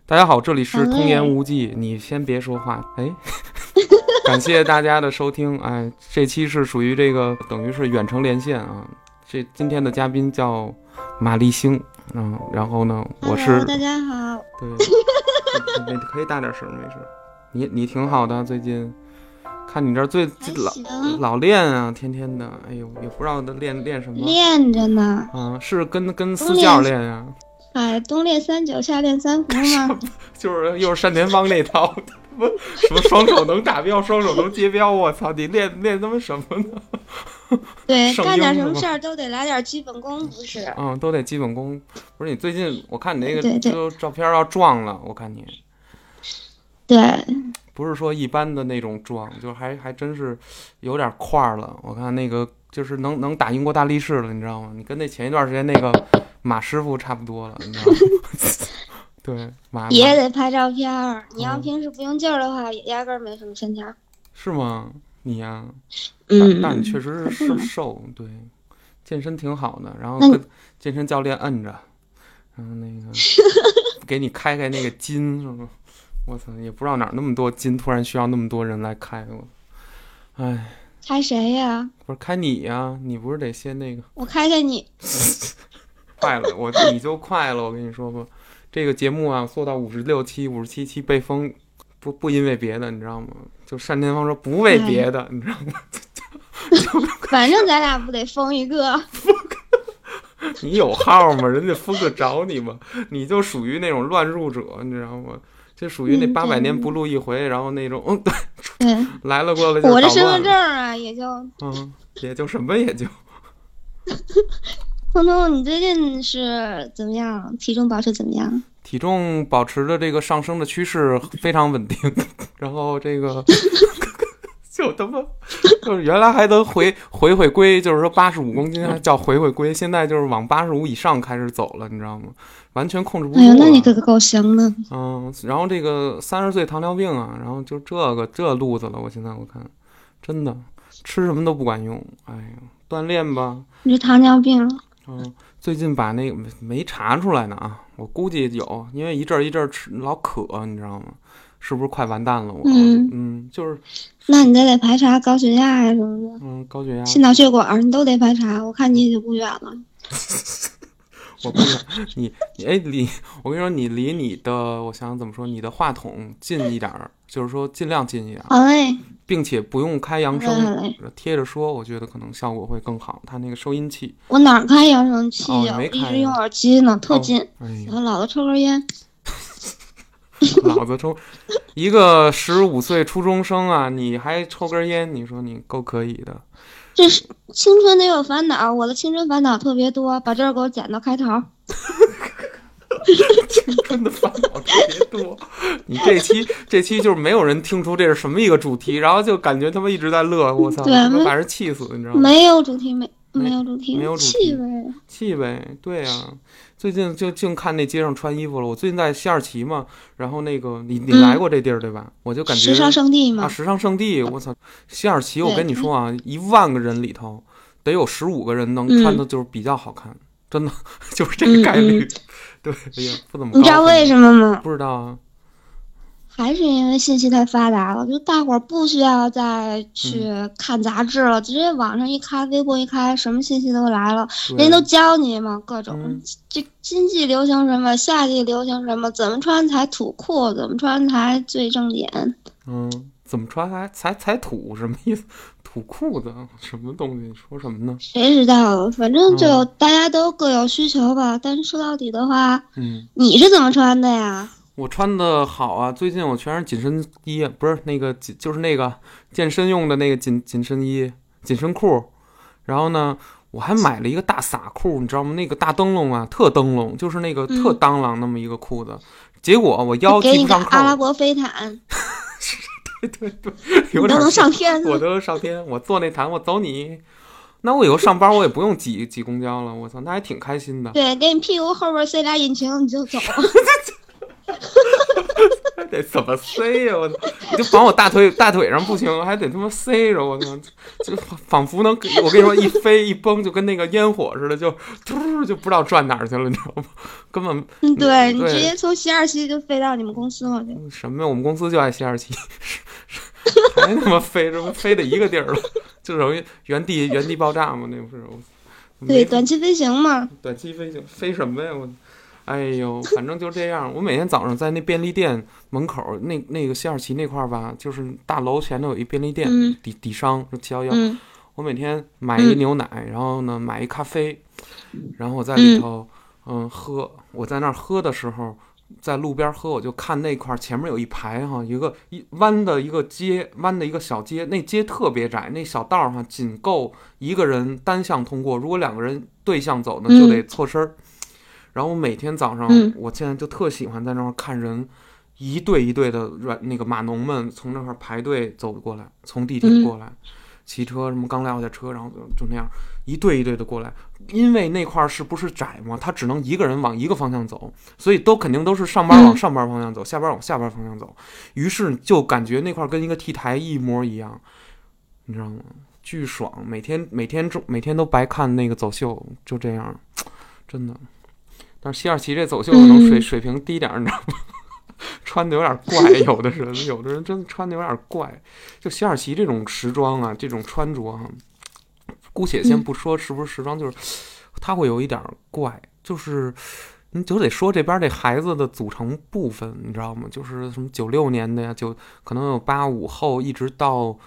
大家好，这里是童言无忌，你先别说话。哎，感谢大家的收听。哎，这期是属于这个等于是远程连线啊。今天的嘉宾叫马丽星，然后呢，我是大家好。 对，你可以大点声，没事。你挺好的，最近看你这最老练啊，天天的，哎呦，也不知道练什么。 练着呢。 啊，是跟私教练呀。 哎，冬练39，夏练3伏吗？ 就是又是单田芳那套，什么双手能打标，双手能接标，我操！你练他妈什么呢？ 对，干点什么事儿都得来点基本功，不是？ 都得基本功。不是你最近我看你那个就照片要壮了，我看你。 对。 不是说一般的那种壮，就还真是有点块了。我看那个就是能打英国大力士了，你知道吗？你跟那前一段时间那个马师傅差不多了，你知道吗？对， 也得拍照片。你要平时不用劲儿的话，也压根儿没什么线条。 是吗？你呀，但你确实是瘦，对，健身挺好的，然后跟健身教练摁着，然后那个给你开那个筋，是吗？我操，也不知道哪儿那么多筋，突然需要那么多人来开我。哎， 开谁呀？ 不是开你呀，你不是得先那个？ 我开你。 快了，你就快了，我跟你说吧，这个节目啊，做到56期、57期被封，不因为别的，你知道吗？就单田芳说不为别的，你知道吗？ 反正咱俩不得封一个。 你有号吗？人家封个找你吗？你就属于那种乱入者，你知道吗？就属于那800年不录一回，然后那种对来了过来就我这身份证啊，也就什么也就。 彤彤，你最近是怎么样？体重保持怎么样？ 体重保持的这个上升的趋势非常稳定，然后这个就他妈就是原来还能回归，就是说85公斤还叫回归，现在就是往85以上开始走了，你知道吗？完全控制不住。 哎呦，那你可够香的。 然后这个30岁糖尿病啊，然后就这路子了，我现在我看真的吃什么都不管用。哎呀，锻炼吧。 你是糖尿病？ 最近把那个没查出来呢啊，我估计有，因为一阵吃老渴，你知道吗？是不是快完蛋了？我就是。 那你得排查高血压呀什么的。 高血压、 心脑血管你都得排查。我看你就不远了。 我不远，我跟你说，你离你的，我想怎么说，你的话筒近一点，就是说尽量近一点。 好嘞。 并且不用开扬声，贴着说，我觉得可能效果会更好。它那个收音器， 我哪开扬声器呀？ 一直用耳机呢，特近。我老子抽根烟。 老子抽，一个15岁初中生啊，你还抽根烟？你说你够可以的。 这是青春得有烦恼，我的青春烦恼特别多，把这儿给我剪到开头。 青春的烦恼特别多，你这期就是没有人听出这是什么一个主题，然后就感觉他们一直在乐，我操，把人气死，你知道吗？ 没有主题，没有主题， 没有主题，气味，对啊，最近就净看那街上穿衣服了。我最近在西二旗嘛，然后那个你来过这地儿对吧？我就感觉时尚圣地嘛， 时尚圣地，我操，西二旗，我跟你说啊，10000个人里头得有15个人能穿的就是比较好看，真的就是这个概率。对，哎呀，不怎么高。 你知道为什么吗？ 不知道啊。 还是因为信息太发达了，就大伙儿不需要再去看杂志了，直接网上一开，微博一开，什么信息都来了，人家都教你嘛，各种这今季流行什么，夏季流行什么，怎么穿才土酷，怎么穿才最正点。 怎么穿才土，什么意思？土裤子什么东西？说什么呢？ 谁知道？反正就大家都各有需求吧。但是说到底的话，你是怎么穿的呀？ 我穿的好啊，最近我全是紧身衣，不是那个就是那个健身用的那个紧身衣、紧身裤。然后呢，我还买了一个大撒裤，你知道吗？那个大灯笼啊，特灯笼，就是那个特当啷那么一个裤子。结果我腰系不上扣。 阿拉伯飞毯。 对， 你都能上天， 我都能上天，我坐那毯，我走你。那我以后上班我也不用挤公交了，我操，那还挺开心的。 对，给你屁股后边塞俩引擎你就走了。 得怎么塞呀？我你就绑我大腿上不行，还得他妈塞着我操！就仿佛能，我跟你说，一飞一崩，就跟那个烟火似的，就突就不知道转哪儿去了，你知道吗？根本对你直接从西二旗就飞到你们公司了。 什么呀？我们公司就爱西二旗，还他妈飞着飞的一个地儿了，就容易原地爆炸嘛？那不是？ 对，短期飞行嘛。 短期飞行飞什么呀？我。哎呦，反正就这样。我每天早上在那便利店门口，那个西二旗那块吧，就是大楼前头有一便利店，底商是711。我每天买一牛奶，然后呢买一咖啡，然后我在里头喝。我在那儿喝的时候，在路边喝，我就看那块前面有一排哈，一弯的一个街，弯的一个小街，那街特别窄，那小道哈仅够一个人单向通过，如果两个人对向走呢，就得错身。然后我每天早上，我现在就特喜欢在那儿看人，一队一队的那个码农们从那块排队走过来，从地铁过来，骑车什么刚撂下车，然后就那样一队一队的过来。因为那块是不是窄嘛，他只能一个人往一个方向走，所以肯定都是上班往上班方向走，下班往下班方向走。于是就感觉那块跟一个 T 台一模一样，你知道吗？巨爽，每天都白看那个走秀，就这样，真的。但是西二旗这走秀可能水平低点，你知道吗？穿的有点怪，有的人真的穿的有点怪。就西二旗这种时装啊，这种穿着啊，姑且先不说是不是时装，就是它会有一点怪，就是你就得说这边这孩子的组成部分，你知道吗？就是什么96年的呀，就可能有85后，一直到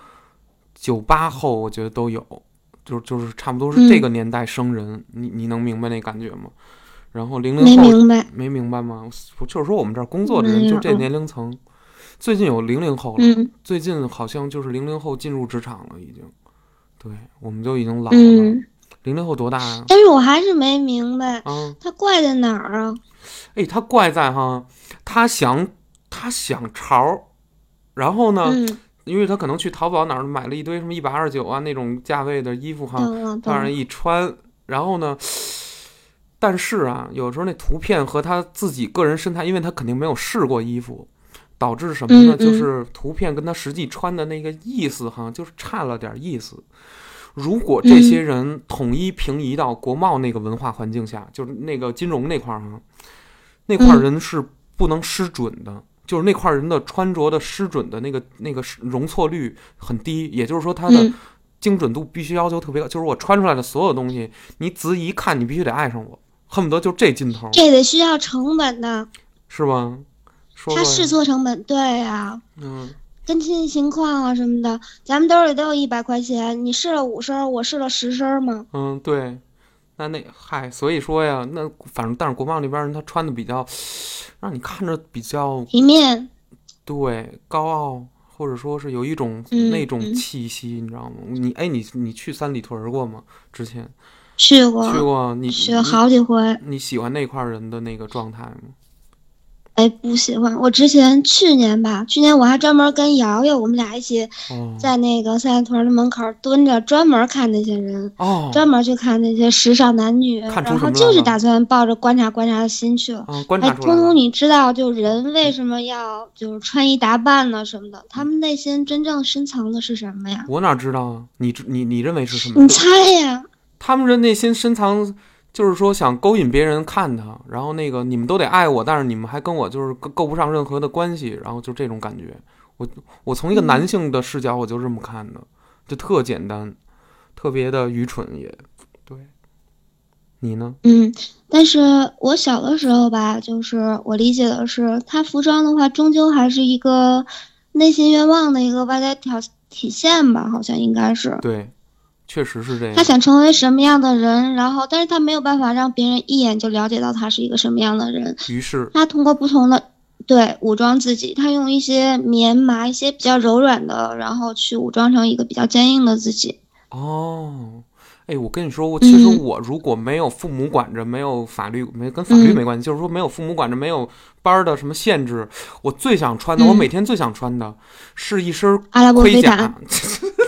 98后，我觉得都有，就是差不多是这个年代生人，你能明白那感觉吗？然后00后没明白吗？就是说我们这儿工作的人就这年龄层，最近有00后了，最近好像就是00后进入职场了，已经。对，我们就已经老了。00后多大啊？ 但是我还是没明白，他怪在哪儿啊？ 哎，他怪在哈，他想潮，然后呢，因为他可能去淘宝哪儿买了一堆什么129啊那种价位的衣服哈，让人一穿，然后呢。但是啊，有时候那图片和他自己个人身材，因为他肯定没有试过衣服，导致什么呢？就是图片跟他实际穿的那个意思哈，就是差了点意思。如果这些人统一平移到国贸那个文化环境下，就是那个金融那块哈，那块人是不能失准的，就是那块人的穿着的失准的那个容错率很低，也就是说他的精准度必须要求特别高，就是我穿出来的所有东西，你仔细一看，你必须得爱上我。恨不得就这劲头， 这得需要成本的， 是吧？ 他试错成本，对呀，跟经济情况啊什么的，咱们兜里都有100块钱，你试了5身，我试了10身嘛。 对，那嗨，所以说呀，那反正但是国贸那边人他穿的比较，让你看着比较体面， 对，高傲，或者说是有一种那种气息，你知道吗？你去三里屯过吗？之前。 去过， 你去好几回。 你喜欢那块人的那个状态吗？ 哎，不喜欢。我去年我还专门跟瑶瑶，我们俩一起在那个三里屯的门口蹲着，专门看那些人，专门去看那些时尚男女，然后就是打算抱着观察的心去了。 观察出来了。 通通，你知道，就人为什么要就是穿衣打扮呢什么的？他们内心真正深藏的是什么呀？ 我哪知道啊？你认为是什么？ 你猜呀？ 他们的内心深藏，就是说想勾引别人看他，然后那个你们都得爱我，但是你们还跟我就是够不上任何的关系，然后就这种感觉。我从一个男性的视角，我就这么看的，就特简单，特别的愚蠢也对。你呢？ 但是我小的时候吧，就是我理解的是，他服装的话，终究还是一个内心愿望的一个外在体现吧，好像应该是。 对。确实是这样。 他想成为什么样的人，然后但是他没有办法让别人一眼就了解到他是一个什么样的人， 于是他通过不同的武装自己，他用一些棉麻一些比较柔软的，然后去武装成一个比较坚硬的自己。 我跟你说，其实我如果没有父母管着，没有法律，跟法律没关系，就是说没有父母管着，没有班的什么限制，我最想穿的，我每天最想穿的是一身阿拉伯飞甲。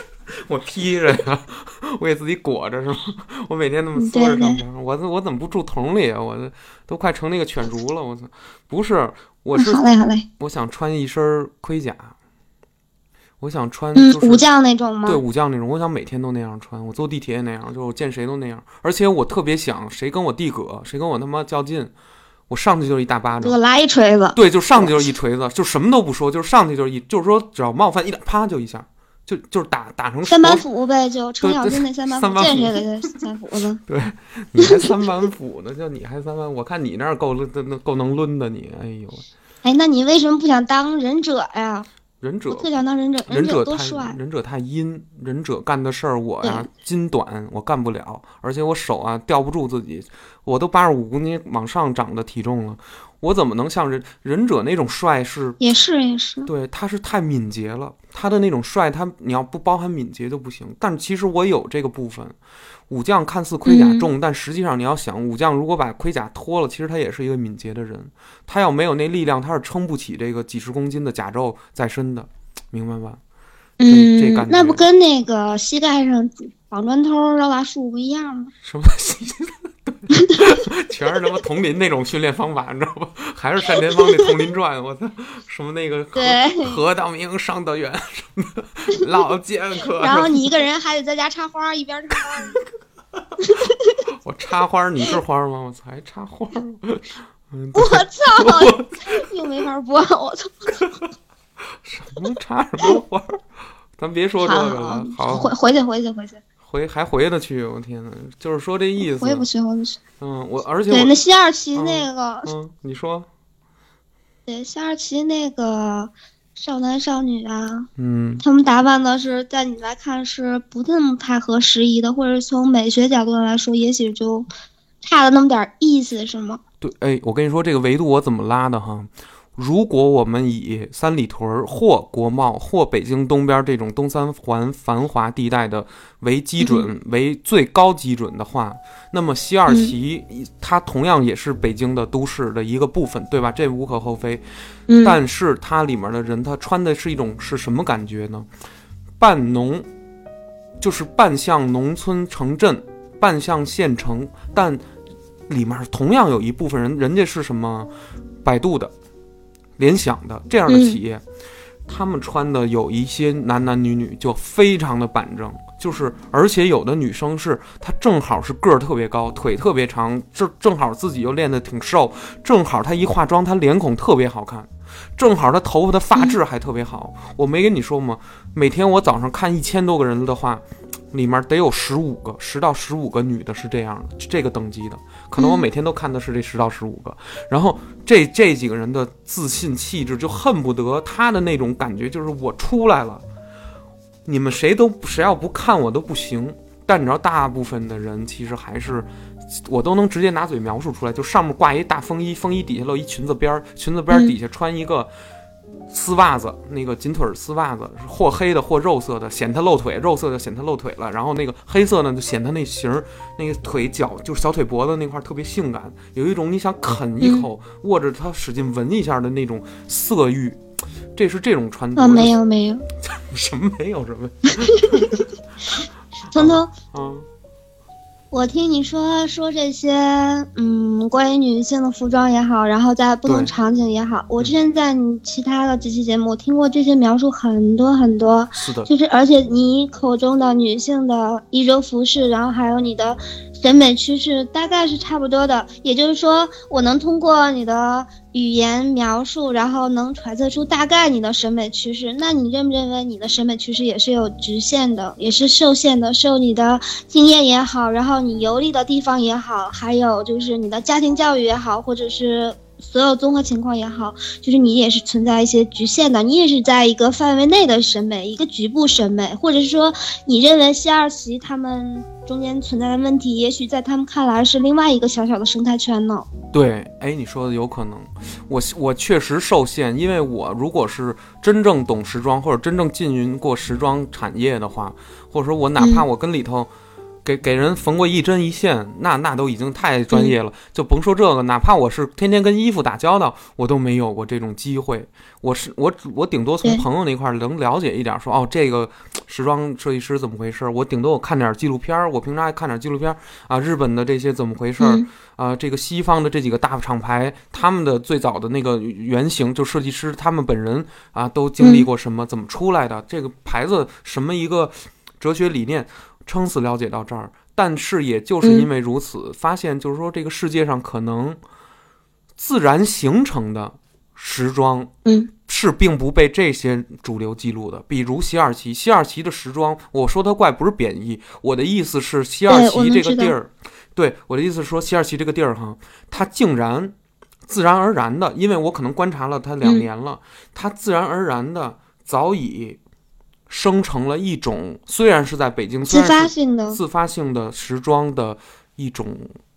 我披着呀，我给自己裹着是吗？我每天那么缩着上班，我怎么不住桶里啊？我都快成那个犬儒了，我操！不是，我是好嘞， 我想穿一身盔甲。我想穿就是武将那种吗？ 对，武将那种，我想每天都那样穿，我坐地铁也那样，就是我见谁都那样，而且我特别想谁跟我递葛，谁跟我他妈较劲，我上去就是一大巴掌， 给我来一锤子。 对，就上去就是一锤子，就什么都不说，就是上去就是说只要冒犯一打，啪就一下，就是打成三板斧呗，就程咬金那三板斧，见谁给他三斧子。 对，你还三板斧呢，就你还三板，我看你那儿够能抡的你，哎呦， 哎，那你为什么不想当忍者呀？ 忍者， 我特想当忍者，忍者多帅！ 忍者太阴，忍者干的事儿我呀筋短，我干不了，而且我手啊吊不住自己，我都85公斤往上长的体重了，我怎么能像忍者那种帅是？ 也是， 对，他是太敏捷了，他的那种帅，你要不包含敏捷就不行。但其实我有这个部分。武将看似盔甲重，但实际上你要想，武将如果把盔甲脱了，其实他也是一个敏捷的人。他要没有那力量，他是撑不起这个几十公斤的甲胄在身的，明白吧？这感觉那不跟那个膝盖上绑砖头绕大树不一样吗？ 什么全是他妈佟林那种训练方法，你知道吧？还是单田芳那《佟林传》，我操，什么那个何道明上得远，什么老剑客。 然后你一个人还得在家插花，一边插花。 我插花，你是花吗？我才插花。 我操！又没法播，我操！ 什么插什么花？咱别说这个了。好， 回去。 还回得去，我天哪！就是说这意思。 回不去。 而且对那西二旗那个， 你说， 对西二旗那个少男少女啊，他们打扮的是在你来看是不那么太合时宜的，或者从美学角度来说，也许就差了那么点意思，是吗？ 对，哎，我跟你说这个维度我怎么拉的哈。如果我们以三里屯或国贸或北京东边这种东三环繁华地带的为基准，为最高基准的话，那么西二旗它同样也是北京的都市的一个部分，对吧？这无可厚非。但是它里面的人，他穿的是什么感觉呢？半农，就是半像农村城镇，半像县城，但里面同样有一部分人，人家是什么？百度的。联想的这样的企业，他们穿的有一些男女就非常的板正，就是而且有的女生是她正好是个儿特别高，腿特别长，正好自己又练得挺瘦，正好她一化妆她脸孔特别好看，正好她头发的发质还特别好。我没跟你说吗？每天我早上看1000多个人的话，里面得有10到15个女的是这样的，这个等级的，可能我每天都看的是这10到15个。然后这几个人的自信气质，就恨不得他的那种感觉就是我出来了，你们谁要不看我都不行。但你知道大部分的人其实还是，我都能直接拿嘴描述出来，就上面挂一大风衣，风衣底下露一裙子边，裙子边底下穿一个丝袜子，那个紧腿丝袜子，或黑的或肉色的，显他露腿，肉色的显他露腿了，然后那个黑色呢就显他那型，那个腿脚就是小腿脖子那块特别性感，有一种你想啃一口，握着它使劲闻一下的那种色欲。这是这种穿着。 没有什么没有什么彤彤，我听你说这些，关于女性的服装也好，然后在不同场景也好，我之前在你其他的几期节目听过这些描述很多很多。 是的， 就是而且你口中的女性的衣着服饰，然后还有你的审美趋势大概是差不多的，也就是说我能通过你的语言描述，然后能揣测出大概你的审美趋势。那你认不认为你的审美趋势也是有局限的，也是受限的，受你的经验也好，然后你游历的地方也好，还有就是你的家庭教育也好，或者是所有综合情况也好，就是你也是存在一些局限的，你也是在一个范围内的审美，一个局部审美，或者是说你认为西二旗他们中间存在的问题，也许在他们看来是另外一个小小的生态圈呢。 对，哎，你说的有可能，我确实受限，因为我如果是真正懂时装，或者真正浸淫过时装产业的话，或者说我哪怕我跟里头给人缝过一针一线，那都已经太专业了，就甭说这个，哪怕我是天天跟衣服打交道，我都没有过这种机会。我顶多从朋友那块能了解一点，说这个时装设计师怎么回事，我顶多我看点纪录片，我平常还看点纪录片啊，日本的这些怎么回事啊，这个西方的这几个大厂牌，他们的最早的那个原型就设计师他们本人啊都经历过什么，怎么出来的，这个牌子什么一个哲学理念，撑死了解到这儿。但是也就是因为如此，发现就是说这个世界上可能自然形成的时装是并不被这些主流记录的。比如西二旗的时装，我说它怪不是贬义，我的意思是西二旗这个地儿，对，我的意思是说西二旗这个地儿哈，它竟然自然而然的，因为我可能观察了它2年了，它自然而然的早已生成了一种，虽然是在北京自发性的时装的一种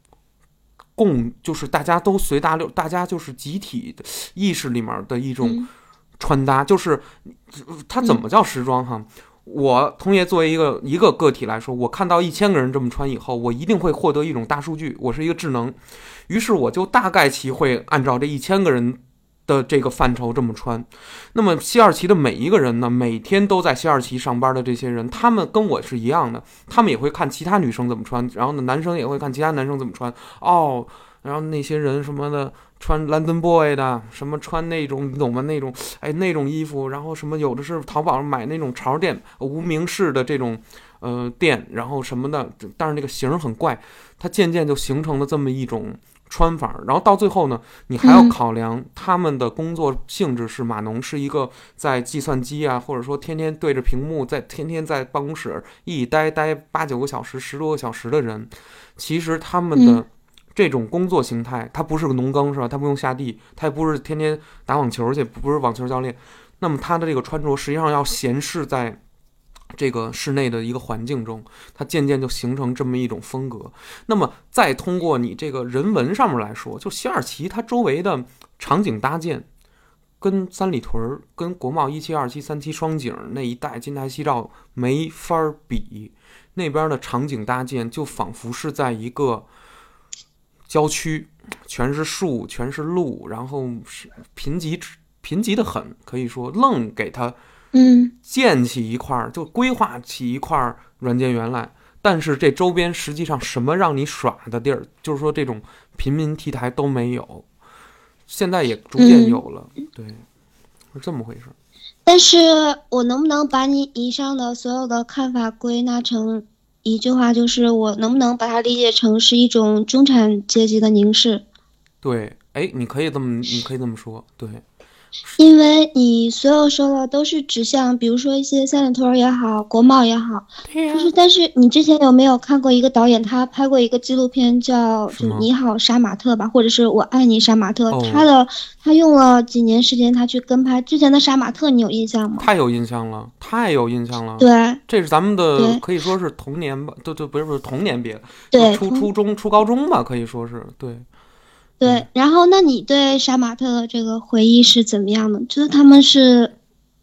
就是大家都随大流，大家就是集体的意识里面的一种穿搭，就是它怎么叫时装哈？我同学作为一个个体来说，我看到1000个人这么穿以后，我一定会获得一种大数据，我是一个智能，于是我就大概其会按照这1000个人的这个范畴这么穿。那么西二旗的每一个人呢，每天都在西二旗上班的这些人，他们跟我是一样的，他们也会看其他女生怎么穿，然后呢男生也会看其他男生怎么穿然后那些人什么的穿 London Boy 的，什么穿那种你懂吗，那种那种衣服，然后什么有的是淘宝上买那种潮店无名氏的这种店，然后什么的，但是那个型很怪，它渐渐就形成了这么一种穿法。然后到最后呢，你还要考量他们的工作性质是码农，是一个在计算机啊，或者说天天对着屏幕，天天在办公室一待8、9个小时10多个小时的人，其实他们的这种工作形态，他不是个农耕是吧？他不用下地，他也不是天天打网球去，不是网球教练。那么他的这个穿着实际上要闲适在这个室内的一个环境中，它渐渐就形成这么一种风格。那么再通过你这个人文上面来说，就西二旗它周围的场景搭建，跟三里屯、跟国贸17、27、37双井那一带金台西照没法比。那边的场景搭建就仿佛是在一个郊区，全是树，全是路，然后贫瘠的很，可以说愣给它建起一块，就规划起一块软件园来。但是这周边实际上什么让你耍的地儿，就是说这种平民 T 台都没有，现在也逐渐有了，对，是这么回事。 但是我能不能把你以上的所有的看法归纳成一句话，就是我能不能把它理解成是一种中产阶级的凝视？ 对，你可以这么说，对。 因为你所有说的都是指向，比如说一些三里屯也好，国贸也好，就是但是你之前有没有看过一个导演，他拍过一个纪录片叫就你好杀马特吧，或者是我爱你杀马特，他用了几年时间，他去跟拍之前的杀马特，你有印象吗？ 太有印象了。 对， 这是咱们的可以说是童年吧，对，不是童年别的， 对， 初中、初高中吧，可以说是对。 对，然后那你对杀马特的这个回忆是怎么样的？就是他们是，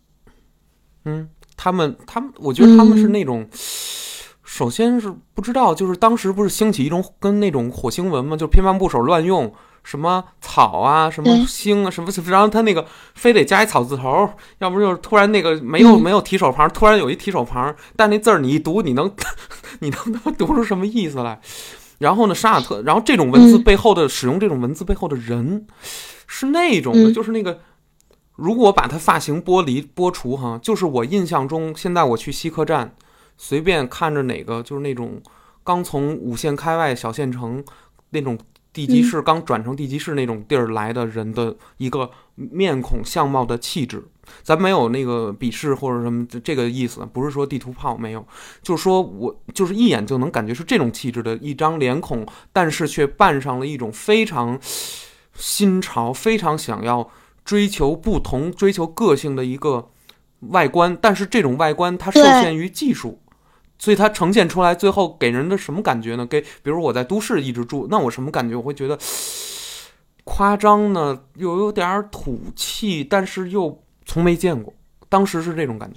他们，我觉得他们是那种，首先是不知道，就是当时不是兴起一种跟那种火星文嘛，就偏旁部首乱用，什么草啊，什么星啊，什么，然后他那个非得加一草字头，要不就是突然那个没有提手旁，突然有一提手旁，但那字儿你一读，你能读出什么意思来？然后呢，杀马特，然后这种文字背后的使用这种文字背后的人是那种的，就是那个，如果把他发型剥除哈，就是我印象中，现在我去西客站，随便看着哪个就是那种刚从5线开外小县城那种地级市刚转成地级市那种地儿来的人的一个面孔相貌的气质。咱没有那个鄙视或者什么这个意思，不是说地图炮，没有，就是说我就是一眼就能感觉是这种气质的一张脸孔，但是却扮上了一种非常新潮、非常想要追求不同、追求个性的一个外观，但是这种外观它受限于技术，所以它呈现出来最后给人的什么感觉呢？比如我在都市一直住，那我什么感觉？我会觉得夸张呢，又有点土气，但是又从没见过，当时是这种感觉。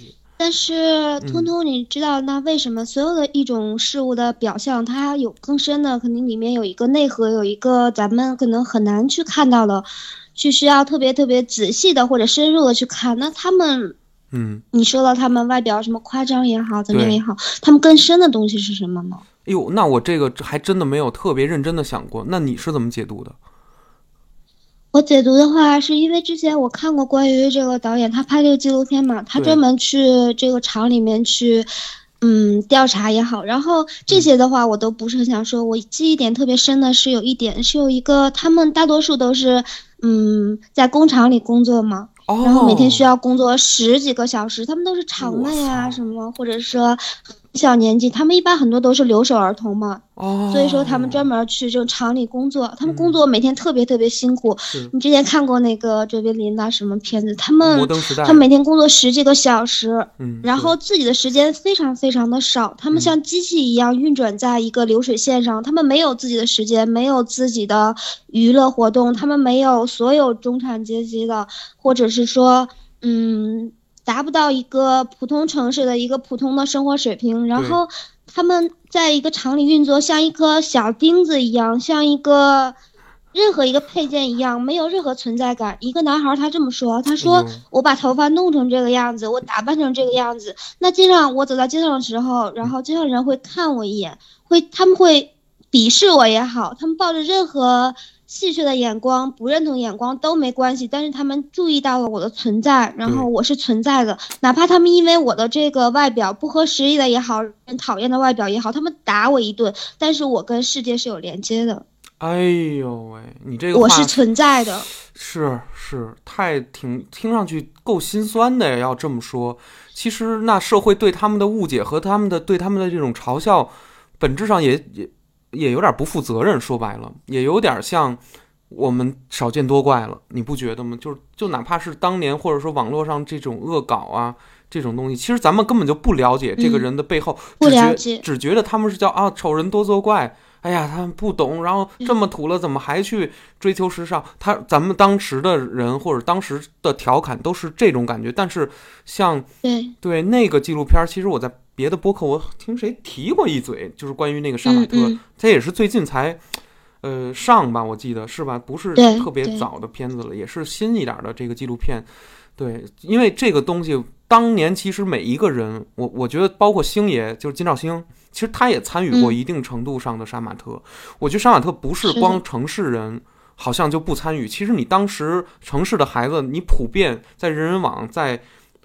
但是通通你知道，那为什么所有的一种事物的表象，它有更深的，肯定里面有一个内核，有一个咱们可能很难去看到的，去需要特别特别仔细的或者深入的去看。那他们，你说到他们外表什么夸张也好，怎么样也好，他们更深的东西是什么呢？ 哎呦，那我这个还真的没有特别认真的想过。那你是怎么解读的？ 我解读的话，是因为之前我看过关于这个导演他拍这个纪录片嘛，他专门去这个厂里面去，调查也好，然后这些的话我都不是很想说。我记忆点特别深的是有一点，是有一个他们大多数都是在工厂里工作嘛，然后每天需要工作10几个小时，他们都是厂妹啊什么，或者是说小年纪，他们一般很多都是留守儿童嘛。所以说他们专门去这种厂里工作，他们工作每天特别特别辛苦。你之前看过那个卓别林的什么片子？他们每天工作10几个小时，然后自己的时间非常非常的少，他们像机器一样运转在一个流水线上，他们没有自己的时间，没有自己的娱乐活动，他们没有所有中产阶级的，或者是说达不到一个普通城市的一个普通的生活水平，然后他们在一个厂里运作，像一颗小钉子一样，像一个任何一个配件一样，没有任何存在感。一个男孩他这么说，他说我把头发弄成这个样子，我打扮成这个样子，那我走在街上的时候，然后街上人会看我一眼，他们会鄙视我也好，他们抱着任何戏谑的眼光，不认同眼光都没关系，但是他们注意到了我的存在，然后我是存在的，哪怕他们因为我的这个外表不合时宜的也好，人讨厌的外表也好，他们打我一顿，但是我跟世界是有连接的。 哎呦喂，你这个话我是存在的， 是听上去够心酸的呀。要这么说，其实那社会对他们的误解和对他们的这种嘲笑，本质上也有点不负责任，说白了也有点像我们少见多怪了，你不觉得吗？就哪怕是当年或者说网络上这种恶搞啊这种东西，其实咱们根本就不了解这个人的背后， 不了解， 只觉得他们是叫丑人多作怪，哎呀他们不懂，然后这么土了怎么还去追求时尚，咱们当时的人或者当时的调侃都是这种感觉。但是像对那个纪录片，其实我在别的播客我听谁提过一嘴，就是关于那个杀马特，它也是最近才上吧，我记得是吧？不是特别早的片子了，也是新一点的这个纪录片。对，因为这个东西当年其实每一个人，我觉得包括星爷，就是金兆星，其实他也参与过一定程度上的杀马特。我觉得杀马特不是光城市人好像就不参与，其实你当时城市的孩子，你普遍在人人网在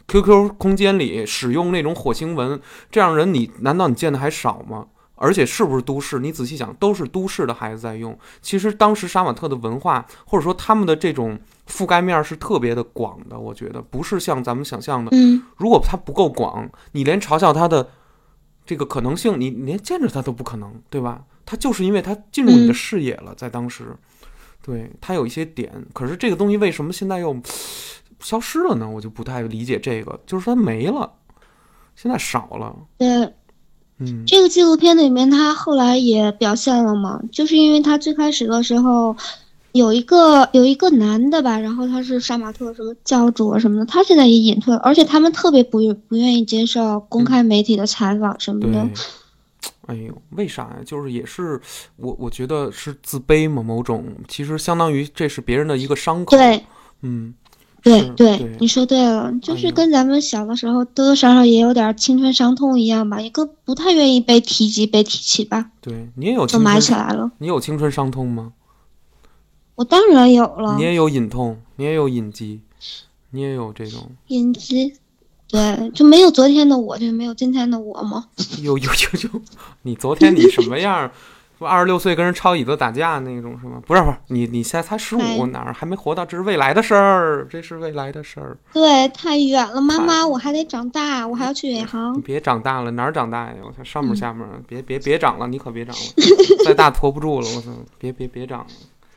QQ 空间里使用那种火星文，这样人难道你见的还少吗？而且是不是都市？你仔细想，都是都市的孩子在用。其实当时杀马特的文化，或者说他们的这种覆盖面是特别的广的，我觉得不是像咱们想象的。如果它不够广，你连嘲笑它的这个可能性，你连见着它都不可能，对吧？它就是因为它进入你的视野了，在当时，对它有一些点。可是这个东西为什么现在又消失了呢？我就不太理解这个，就是说没了，现在少了。 对。这个纪录片里面他后来也表现了嘛，就是因为他最开始的时候有一个男的吧，然后他是杀马特什么教主啊什么的，他现在也隐退了，而且他们特别不愿意接受公开媒体的采访什么的。 哎呦，为啥呀？就是也是我觉得是自卑嘛，某种其实相当于这是别人的一个伤口。 对，对，你说对了，就是跟咱们小的时候多多少少也有点青春伤痛一样吧，一个不太愿意被提及被提起吧。 对，你也有都埋起来了。 你有青春伤痛吗？ 我当然有了。 你也有隐痛，你也有隐疾，你也有这种隐疾。对，就没有昨天的我，就没有今天的我吗？ 有，你昨天你什么样？26岁跟人抄椅子打架那种是吗？不是，你现在才15，哪儿还没活到？这是未来的事儿，这是未来的事儿。 对，太远了，妈妈，我还得长大，我还要去远航。 你别长大了，哪儿长大呀？我操，上面下面，别长了，你可别长了，再大驮不住了，我操，别长了。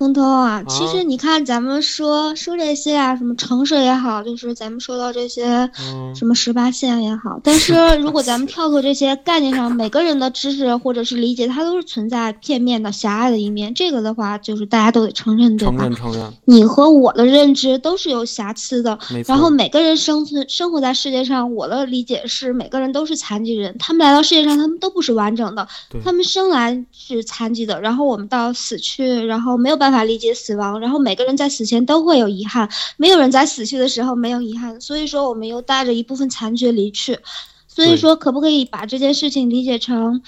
通通啊，其实你看咱们说这些啊，什么城市也好，就是咱们说到这些什么18线也好，但是如果咱们跳脱这些概念上，每个人的知识或者是理解，它都是存在片面的、狭隘的一面。这个的话，就是大家都得承认，对吧？ 承认。 你和我的认知都是有瑕疵的，然后每个人生活在世界上，我的理解是每个人都是残疾人，他们来到世界上，他们都不是完整的，他们生来是残疾的，然后我们到死去，然后没有办法理解死亡，然后每个人在死前都会有遗憾，没有人在死去的时候没有遗憾，所以说我们又带着一部分残缺离去。所以说可不可以把这件事情理解成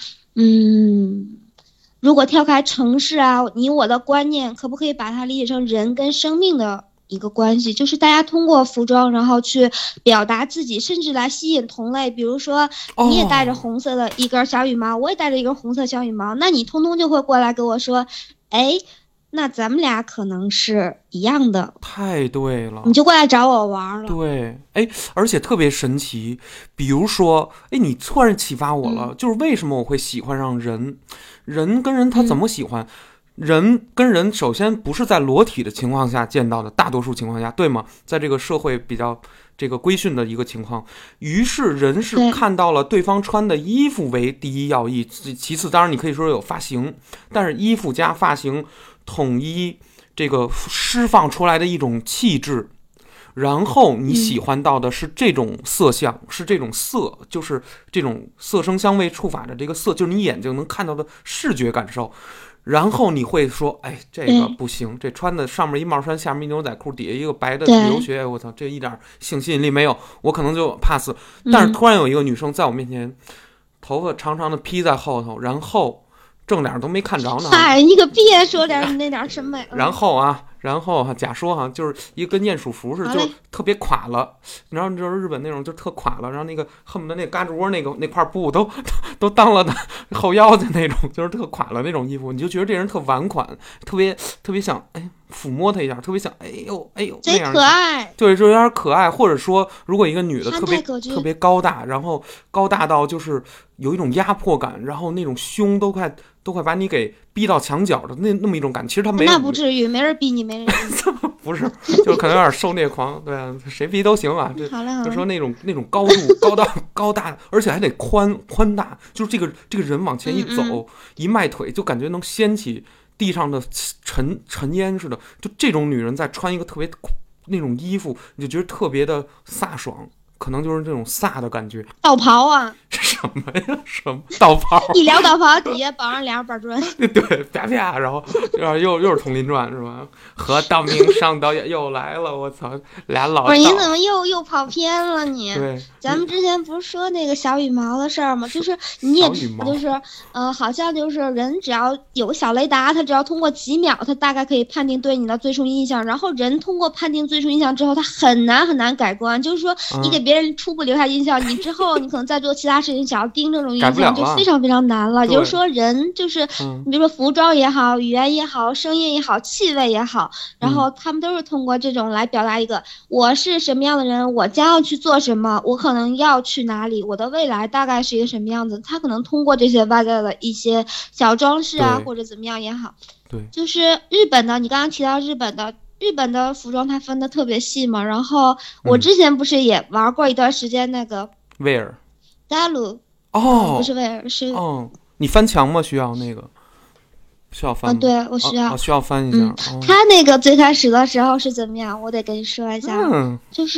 如果跳开城市啊，你我的观念，可不可以把它理解成人跟生命的一个关系，就是大家通过服装然后去表达自己，甚至来吸引同类。比如说你也带着红色的一根小羽毛，我也带着一根红色小羽毛，那你通通就会过来跟我说，哎，那咱们俩可能是一样的。 太对了， 你就过来找我玩了。 对，而且特别神奇，比如说你突然启发我了，就是为什么我会喜欢上人跟人他怎么喜欢，人跟人首先不是在裸体的情况下见到的，大多数情况下，对吗？在这个社会比较这个规训的一个情况，于是人是看到了对方穿的衣服为第一要义，其次当然你可以说有发型，但是衣服加发型统一这个释放出来的一种气质，然后你喜欢到的是这种色相，是这种色，就是这种色声香味触法的这个色，就是你眼睛能看到的视觉感受。然后你会说，这个不行，这穿的上面一帽衫，下面一牛仔裤，底下一个白的留学，我操，这一点性吸引力没有，我可能就 pass。但是突然有一个女生在我面前，头发长长的披在后头，然后正脸都没看着呢。 嗨，你可别说点那点审美了。 然后假说就是一个跟鼹鼠服似的，就特别垮了。然后就是日本那种就特垮了，然后那个恨不得那嘎吱窝那块布都当了的后腰的那种，就是特垮了那种衣服，你就觉得这人特婉款，特别想抚摸他一下，特别想哎呦贼可爱， 对，就有点可爱。或者说，如果一个女的特别高大，然后高大到就是有一种压迫感，然后那种胸都快把你给逼到墙角的那么一种感，其实他没有， 那不至于，没人逼你，没人逼你不是，就可能有点受虐狂，对啊，谁逼都行啊。就说那种高度高大，而且还得宽大，就是这个人往前一走，一迈腿就感觉能掀起地上的尘烟似的。就这种女人在穿一个特别那种衣服，你就觉得特别的飒爽。可能就是这种飒的感觉。 道袍啊？ 什么呀？什么道袍？ 一聊道袍，底下绑上2板砖。 对，啪啪，然后又是佟林传是吧？和道明上导演又来了，我操，俩老道。 不是，你怎么又跑偏了你？ 对， 咱们之前不是说那个小羽毛的事儿吗？就是你也就是好像就是人只要有个小雷达，他只要通过几秒，他大概可以判定对你的最初印象。然后人通过判定最初印象之后，他很难改观。就是说，你给别人初步留下印象，你之后你可能再做其他事情，想要盯这种印象就非常非常难了。也就是说，人就是你比如说服装也好，语言也好，声音也好，气味也好，然后他们都是通过这种来表达一个我是什么样的人，我将要去做什么，我可能要去哪里，我的未来大概是一个什么样子。他可能通过这些外在的一些小装饰啊，或者怎么样也好。 对， 就是日本的，你刚刚提到日本的服装它分的特别细嘛，然后我之前不是也玩过一段时间那个威尔达鲁不是威尔是你翻墙吗？需要那个需要翻对，我需要需要翻一下。 他那个最开始的时候是怎么样？我得跟你说一下，就是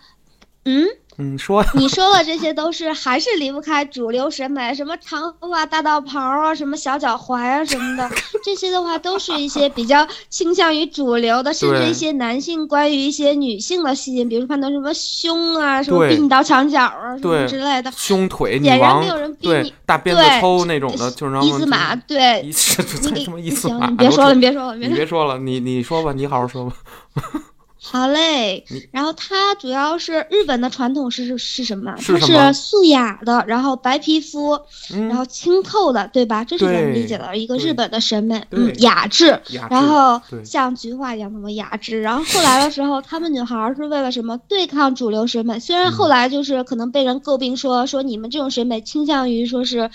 你说的这些都是还是离不开主流审美，什么长头发大道袍啊，什么小脚踝啊什么的，这些的话都是一些比较倾向于主流的，甚至一些男性关于一些女性的吸引，比如说判断什么胸啊，什么逼你到墙角啊，什么之类的， 胸腿显然没有人逼你， 大辫子抽那种的，就是伊斯玛，对， 什么伊斯玛？ 你别说了， 你说吧，你好好说吧。 好嘞，然后它主要是日本的传统是什么？它是素雅的，然后白皮肤，然后清透的，对吧？这是咱们理解的一个日本的审美，雅致，然后像菊花一样那么雅致。然后后来的时候，他们女孩是为了什么？对抗主流审美。虽然后来就是可能被人诟病说你们这种审美倾向于说是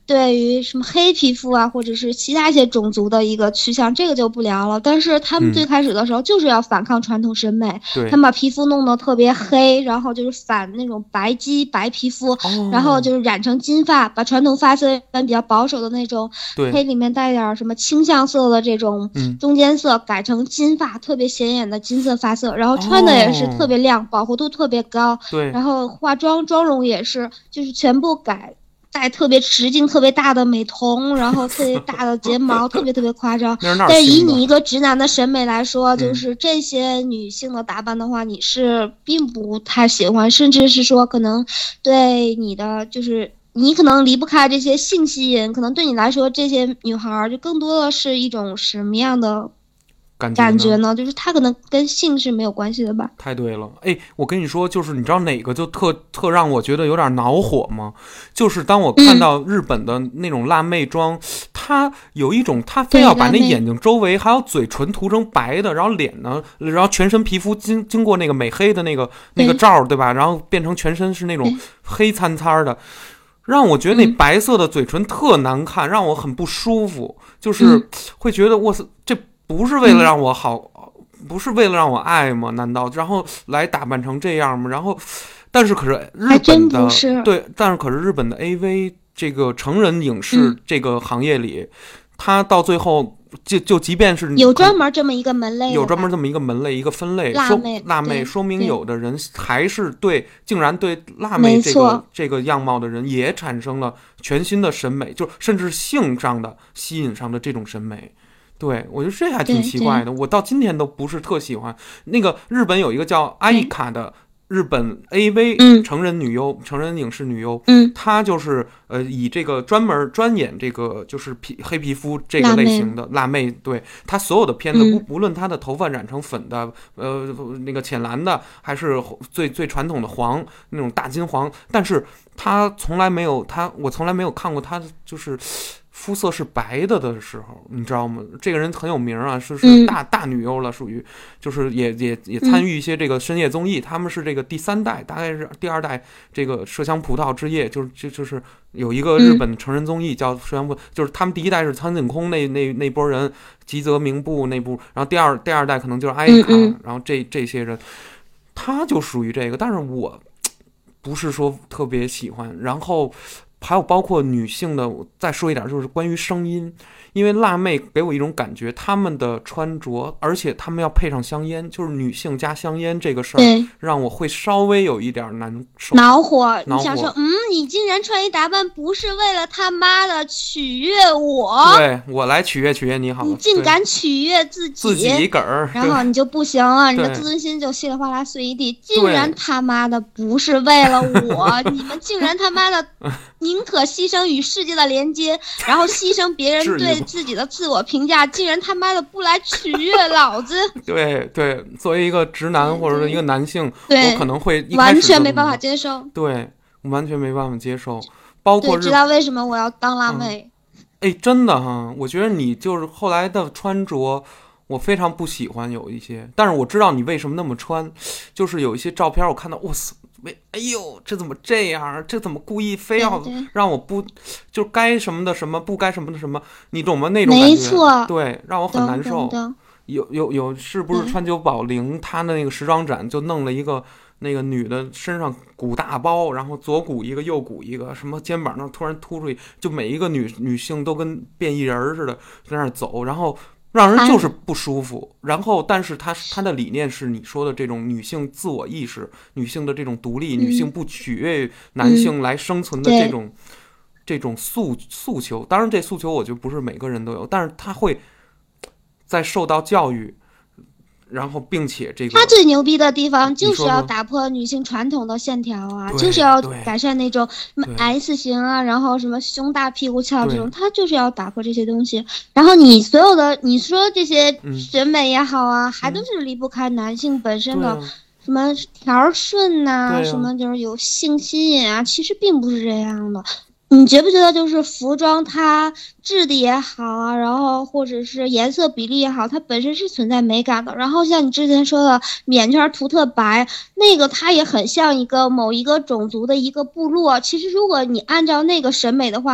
对于什么黑皮肤啊，或者是其他一些种族的一个趋向，这个就不聊了。但是他们最开始的时候就是要反抗传统审美，他们把皮肤弄得特别黑，然后就是反那种白肌白皮肤，然后就是染成金发，把传统发色比较保守的那种黑里面带点什么倾向色的这种中间色改成金发，特别显眼的金色发色，然后穿的也是特别亮，饱和度特别高，然后化妆妆容也是就是全部戴特别直径特别大的美瞳，然后特别大的睫毛，特别特别夸张。但是以你一个直男的审美来说，就是这些女性的打扮的话，你是并不太喜欢，甚至是说可能对你的就是你可能离不开这些性吸引，可能对你来说这些女孩就更多的是一种什么样的感觉呢？就是它可能跟性是没有关系的吧？ 太对了，哎，我跟你说，就是你知道哪个就特让我觉得有点恼火吗？就是当我看到日本的那种辣妹妆，它有一种，它非要把那眼睛周围还有嘴唇涂成白的，然后脸呢，然后全身皮肤经过那个美黑的那个罩，对吧？然后变成全身是那种黑参参的。让我觉得那白色的嘴唇特难看，让我很不舒服，就是会觉得哇塞，这不是为了让我好，不是为了让我爱吗？难道然后来打扮成这样吗？然后，但是可是日本的对，但是可是日本的 AV 这个成人影视这个行业里，它到最后就即便是有专门这么一个门类， 有专门这么一个门类一个分类，辣妹说明有的人还是竟然对辣妹这个样貌的人也产生了全新的审美，就甚至性上的吸引上的这种审美。对，我觉得这还挺奇怪的，我到今天都不是特喜欢。那个日本有一个叫阿伊卡的日本 AV 成人女优，成人影视女优，她就是以这个专演这个就是黑皮肤这个类型的辣妹，对，她所有的片子无论她的头发染成粉的，那个浅蓝的，还是最传统的黄那种大金黄，但是她从来没有我从来没有看过她就是肤色是白的时候，你知道吗？这个人很有名啊，是大女优了，属于就是也参与一些这个深夜综艺。他们是这个第3代，大概是第2代这个麝香葡萄之夜，就是有一个日本成人综艺叫麝香葡萄，就是他们第1代是苍井空那波人，吉泽明步那部，然后第二代可能就是艾卡，然后这些人，他就属于这个，但是我不是说特别喜欢，然后。还有包括女性的，我再说一点，就是关于声音，因为辣妹给我一种感觉，她们的穿着，而且她们要配上香烟，就是女性加香烟这个事儿，让我会稍微有一点难受、 恼火。你想说，你竟然穿衣打扮不是为了他妈的取悦我？ 对，我来取悦你好了， 你竟敢取悦自己一个儿， 然后你就不行了，你的自尊心就稀里哗啦碎一地。竟然他妈的不是为了我，你们竟然他妈的。宁可牺牲与世界的连接，然后牺牲别人对自己的自我评价，竟然他妈的不来取悦老子。 对，作为一个直男或者是一个男性，我可能会完全没办法接受。 对，完全没办法接受。包括知道为什么我要当辣妹？ 真的哈，我觉得你就是后来的穿着。我非常不喜欢有一些，但是我知道你为什么那么穿，就是有一些照片我看到，哇塞，哎呦，这怎么这样？这怎么故意非要让我不就该什么的什么，不该什么的什么？你懂吗？那种感觉， 没错， 对，让我很难受。有，是不是川久保玲她的那个时装展就弄了一个那个女的身上鼓大包，然后左鼓一个右鼓一个，什么肩膀上突然突出去，就每一个女性都跟变异人似的在那儿走，然后。让人就是不舒服，然后但是他的理念是你说的这种女性自我意识，女性的这种独立，女性不取悦于男性来生存的这种诉求。当然这诉求我觉得不是每个人都有，但是他会在受到教育然后并且这个他最牛逼的地方就是要打破女性传统的线条啊，就是要改善那种什么 S 型啊，然后什么胸大屁股翘这种，他就是要打破这些东西。然后你所有的你说这些审美也好啊，还都是离不开男性本身的什么条顺呐，什么就是有性吸引啊，其实并不是这样的。你觉不觉得就是服装它质地也好啊，然后或者是颜色比例也好，它本身是存在美感的。然后像你之前说的眼圈涂特白，那个它也很像一个某一个种族的一个部落。其实如果你按照那个审美的话，你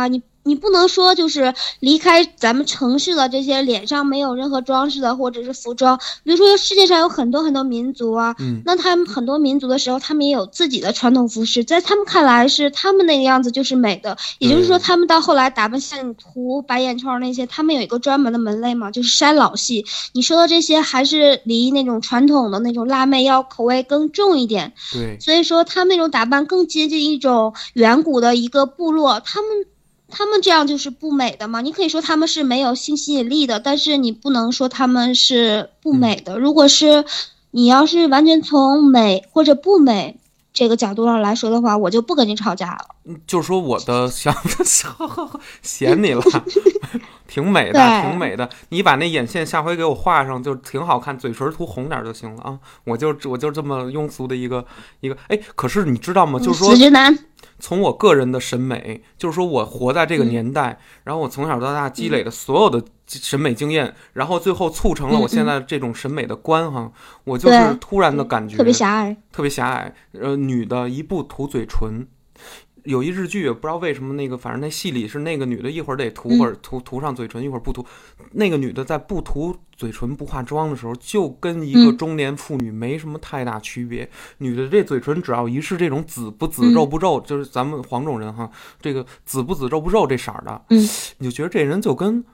你不能说就是离开咱们城市的这些脸上没有任何装饰的或者是服装，比如说世界上有很多很多民族啊，那他们很多民族的时候，他们也有自己的传统服饰，在他们看来是他们那个样子就是美的，也就是说他们到后来打扮像你涂白眼圈那些，他们有一个专门的门类嘛，就是山老系。你说的这些还是离那种传统的那种辣妹要口味更重一点， 对， 所以说他们那种打扮更接近一种远古的一个部落，他们这样就是不美的嘛？你可以说他们是没有性吸引力的，但是你不能说他们是不美的。如果是你要是完全从美或者不美这个角度上来说的话，我就不跟你吵架了。 就是说我的想法嫌你了，挺美的，挺美的。你把那眼线下回给我画上，就挺好看，嘴唇涂红点就行了啊！我就这么庸俗的一个，哎，可是你知道吗？就是说， 死直男。 从我个人的审美，就是说我活在这个年代，然后我从小到大积累的所有的审美经验，然后最后促成了我现在这种审美的观哈，我就是突然的感觉特别狭隘， 特别狭隘。女的一不涂嘴唇。有一日剧，不知道为什么那个，反正那戏里是那个女的，一会儿得涂会儿涂上嘴唇，一会儿不涂。那个女的在不涂嘴唇、不化妆的时候，就跟一个中年妇女没什么太大区别。女的这嘴唇只要一是这种紫不紫、肉不肉，就是咱们黄种人哈，这个紫不紫、肉不肉这色的，你就觉得这人就跟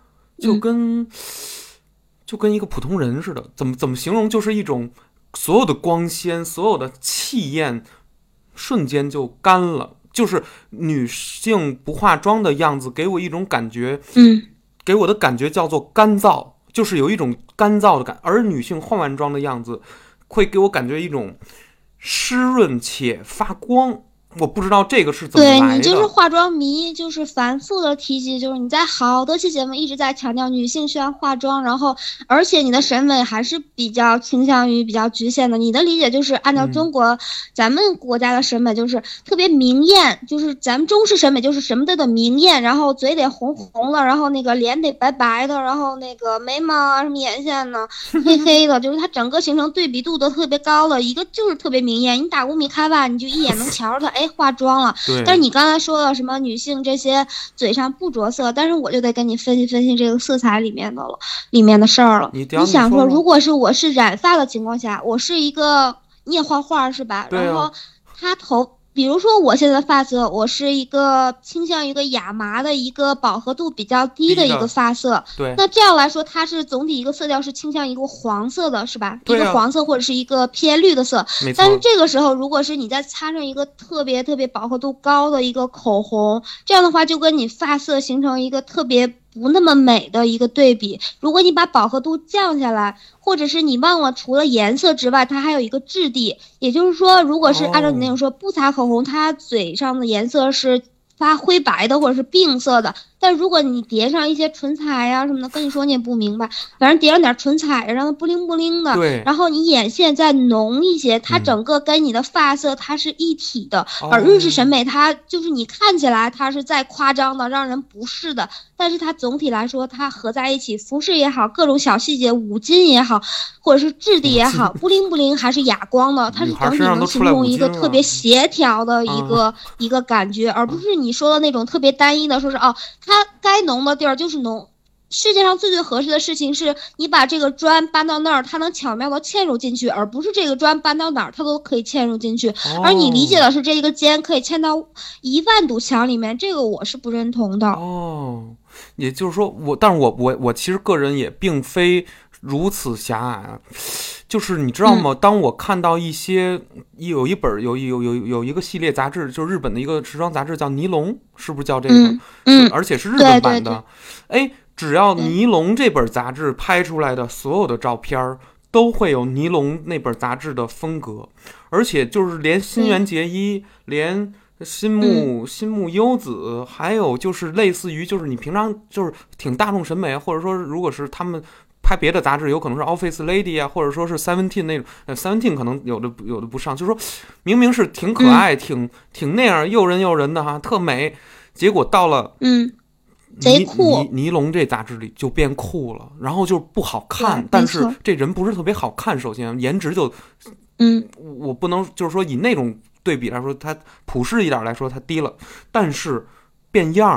一个普通人似的。怎么形容？就是一种所有的光鲜、所有的气焰，瞬间就干了。就是女性不化妆的样子给我一种感觉，给我的感觉叫做干燥，就是有一种干燥的感，而女性化完妆的样子会给我感觉一种湿润且发光。我不知道这个是怎么来的。 对，你就是化妆迷，就是反复的提及，就是你在好多期节目一直在强调女性需要化妆，然后而且你的审美还是比较倾向于比较局限的。你的理解就是按照中国咱们国家的审美就是特别明艳，就是咱们中式审美就是什么都得明艳，然后嘴得红红的，然后那个脸得白白的，然后那个眉毛啊什么眼线呢黑黑的，就是它整个形成对比度都特别高的一个，就是特别明艳。你打5米开外你就一眼能瞧着它，化妆了。但是你刚才说了什么女性这些嘴上不着色，但是我就得跟你分析分析这个色彩里面的事儿了。你想说，如果是我是染发的情况下，我是一个你也画画是吧？然后他比如说我现在发色，我是一个倾向于一个亚麻的一个饱和度比较低的一个发色， 对， 那这样来说它是总体一个色调是倾向于一个黄色的是吧？一个黄色或者是一个偏绿的色。但是这个时候如果是你再擦上一个特别特别饱和度高的一个口红，这样的话就跟你发色形成一个特别不那么美的一个对比。如果你把饱和度降下来，或者是你忘了除了颜色之外它还有一个质地，也就是说如果是按照你那种说不擦口红，它嘴上的颜色是发灰白的或者是病色的，但如果你叠上一些唇彩呀什么的，跟你说你也不明白，反正叠上点唇彩让它布灵布灵的， 对， 然后你眼线再浓一些，它整个跟你的发色它是一体的。而日式审美它就是你看起来它是再夸张的让人不适的，但是它总体来说它合在一起，服饰也好，各种小细节五金也好，或者是质地也好，布灵布灵还是哑光的，它是整体能形成一个特别协调的一个感觉，而不是你说的那种特别单一的，说是它该浓的地儿就是浓。世界上最合适的事情是你把这个砖搬到那儿，它能巧妙的嵌入进去，而不是这个砖搬到哪儿它都可以嵌入进去。而你理解的是这个尖可以嵌到10000堵墙里面，这个我是不认同的。 也就是说但是我其实个人也并非如此狭隘啊。就是你知道吗？当我看到有一本有一个系列杂志，就是日本的一个时装杂志叫尼龙，是不是叫这个？而且是日本版的。哎，只要尼龙这本杂志拍出来的所有的照片都会有尼龙那本杂志的风格，而且就是连新垣结衣，连新木优子，还有就是类似于就是你平常就是挺大众审美，或者说如果是他们拍别的杂志，有可能是 Office Lady 啊，或者说是 Seventeen 那种，Seventeen 可能有的不上，就是说明明是挺可爱、挺那样诱人的哈，特美，结果到了贼酷尼龙这杂志里就变酷了，然后就不好看，但是这人不是特别好看，首先颜值就我不能就是说以那种对比来说，它普世一点来说它低了，但是变样了。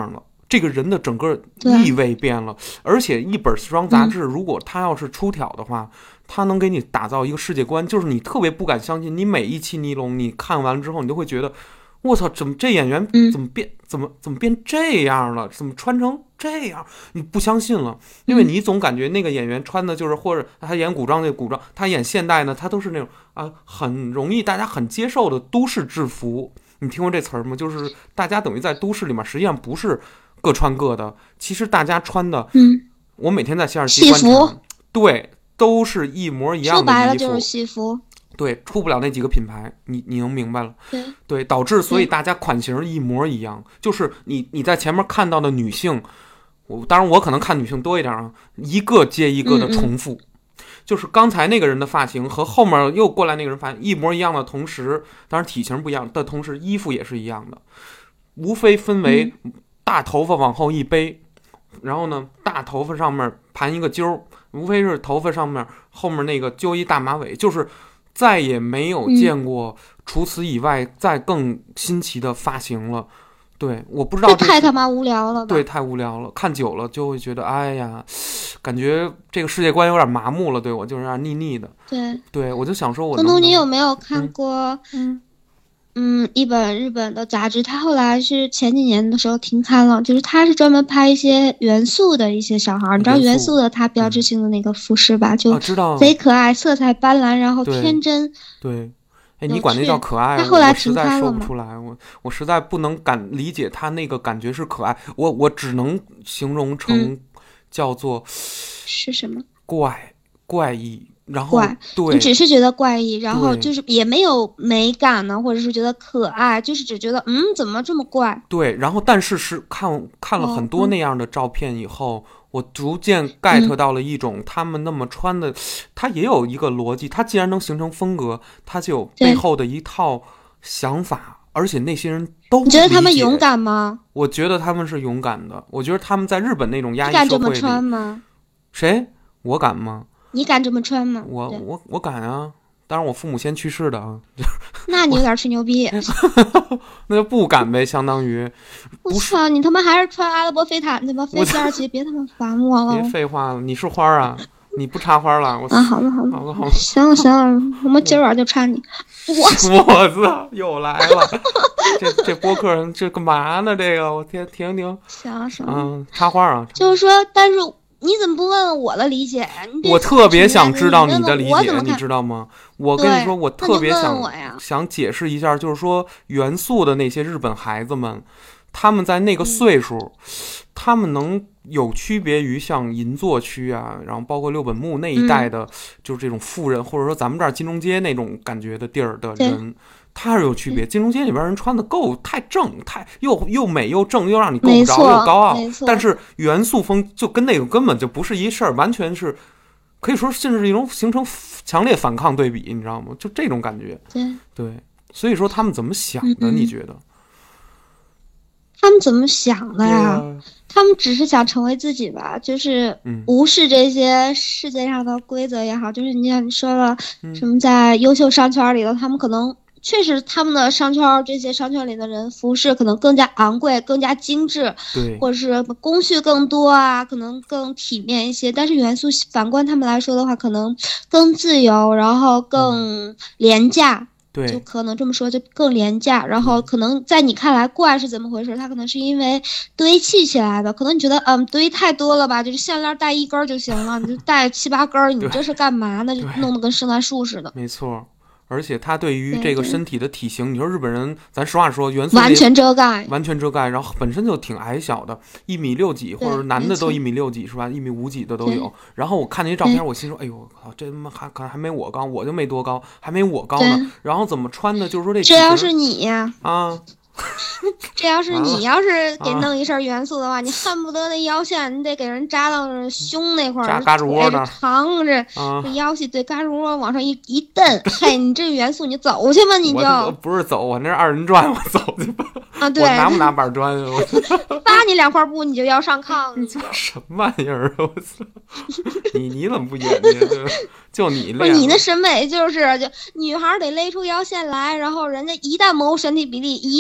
这个人的整个意味变了。而且一本时装杂志如果它要是出挑的话，它能给你打造一个世界观，就是你特别不敢相信，你每一期尼龙你看完之后你都会觉得我操，怎么这演员怎么变怎么变这样了，怎么穿成这样，你不相信了。因为你总感觉那个演员穿的就是或者他演古装就古装，他演现代呢他都是那种很容易大家很接受的都市制服。你听过这词儿吗？就是大家等于在都市里面实际上不是各穿各的，其实大家穿的我每天在西二旗观察，对，都是一模一样的衣服，说白了就是西服， 对，出不了那几个品牌，你能明白了？对，导致所以大家款型一模一样，就是你在前面看到的女性，当然我可能看女性多一点啊，一个接一个的重复，就是刚才那个人的发型和后面又过来那个人发型一模一样的同时，当然体型不一样的同时，衣服也是一样的，无非分为大头发往后一背，然后呢大头发上面盘一个揪，无非是头发上面后面那个揪一大马尾，就是再也没有见过除此以外再更新奇的发型了。对，我不知道这太他妈无聊了吧？ 对，太无聊了，看久了就会觉得哎呀，感觉这个世界观有点麻木了，对我就是有点腻腻的。对，我就想说我东东，你有没有看过一本日本的杂志，它后来是前几年的时候停刊了，就是它是专门拍一些元素的一些小孩，你知道元素的它标志性的那个服饰吧？就贼可爱，色彩斑斓，然后天真。 对，你管那叫可爱？ 他后来我实在说不出来，我实在不能理解他那个感觉是可爱，我只能形容成叫做是什么怪异。然后对， 你只是觉得怪异，然后就是也没有美感呢，或者是觉得可爱，就是只觉得怎么这么怪？ 对，然后但是看了很多那样的照片以后，我逐渐 get 到了一种他们那么穿的，他也有一个逻辑，他既然能形成风格，他就有背后的一套想法，而且那些人都你觉得他们勇敢吗？ 我觉得他们是勇敢的，我觉得他们在日本那种压抑社会里， 你敢这么穿吗？ 谁？我敢吗？ 你敢这么穿吗？ 我敢啊！当然我父母先去世的啊。 那你有点吹牛逼。 那就不敢呗，相当于。 我操，你他妈还是穿阿拉伯飞毯去吧，飞西二旗，别他妈烦我了。 别废话了，你是花啊，你不插花了。 好了，行了，我们今晚就插你。 我操，又来了。这播客这干嘛呢？这个我停。行，插花啊。 就是说，但是。你怎么不问问我的理解？ 我特别想知道你的理解，你知道吗？我跟你说，我特别想解释一下，就是说元素的那些日本孩子们，他们在那个岁数，他们能有区别于像银座区啊，然后包括六本木那一带的，就是这种富人，或者说咱们这儿金钟街那种感觉的地儿的人。它是有区别，金钟街里边人穿的太正，太又美又正，又让你够不着，又高傲。但是元素风就跟那个根本就不是一事儿，完全是可以说甚至是一种形成强烈反抗对比，你知道吗？就这种感觉。对，所以说他们怎么想的？你觉得？ 他们怎么想的呀？他们只是想成为自己吧，就是无视这些世界上的规则也好，就是你像你说了什么在优秀商圈里头，他们可能。确实他们的商圈这些商圈里的人服饰可能更加昂贵更加精致， 对， 或者是工序更多啊，可能更体面一些，但是元素反观他们来说的话可能更自由，然后更廉价， 对， 就可能这么说就更廉价，然后可能在你看来怪是怎么回事，它可能是因为堆砌起来的，可能你觉得堆太多了吧，就是项链带一根就行了，你就带7、8根，你这是干嘛呢？就弄得跟圣诞树似的。 没错。而且他对于这个身体的体型，你说日本人，咱实话说，元素完全遮盖， 然后本身就挺矮小的，1.6米，或者男的都1.6米是吧？1.5米的都有。然后我看那些照片，我心说，哎呦，这他妈还没我高，我就没多高，还没我高呢。然后怎么穿的？就是说这要是你呀啊。 这要是你要是给弄一身元素的话，你恨不得那腰线你得给人扎到胸那块儿， 扎嘎吱窝的， 长着这腰细对嘎吱窝往上一蹬，嘿，你这个元素你走去吧，你就我不是走，我那是2人转，我走去吧。 啊，对， 我拿不拿板砖？ 扒你2块布，你就要上炕。 你什么玩意儿？我操！你怎么不演呢？就你练， 不是你的审美就是女孩得勒出腰线来，然后人家一旦谋身体比例，一旦给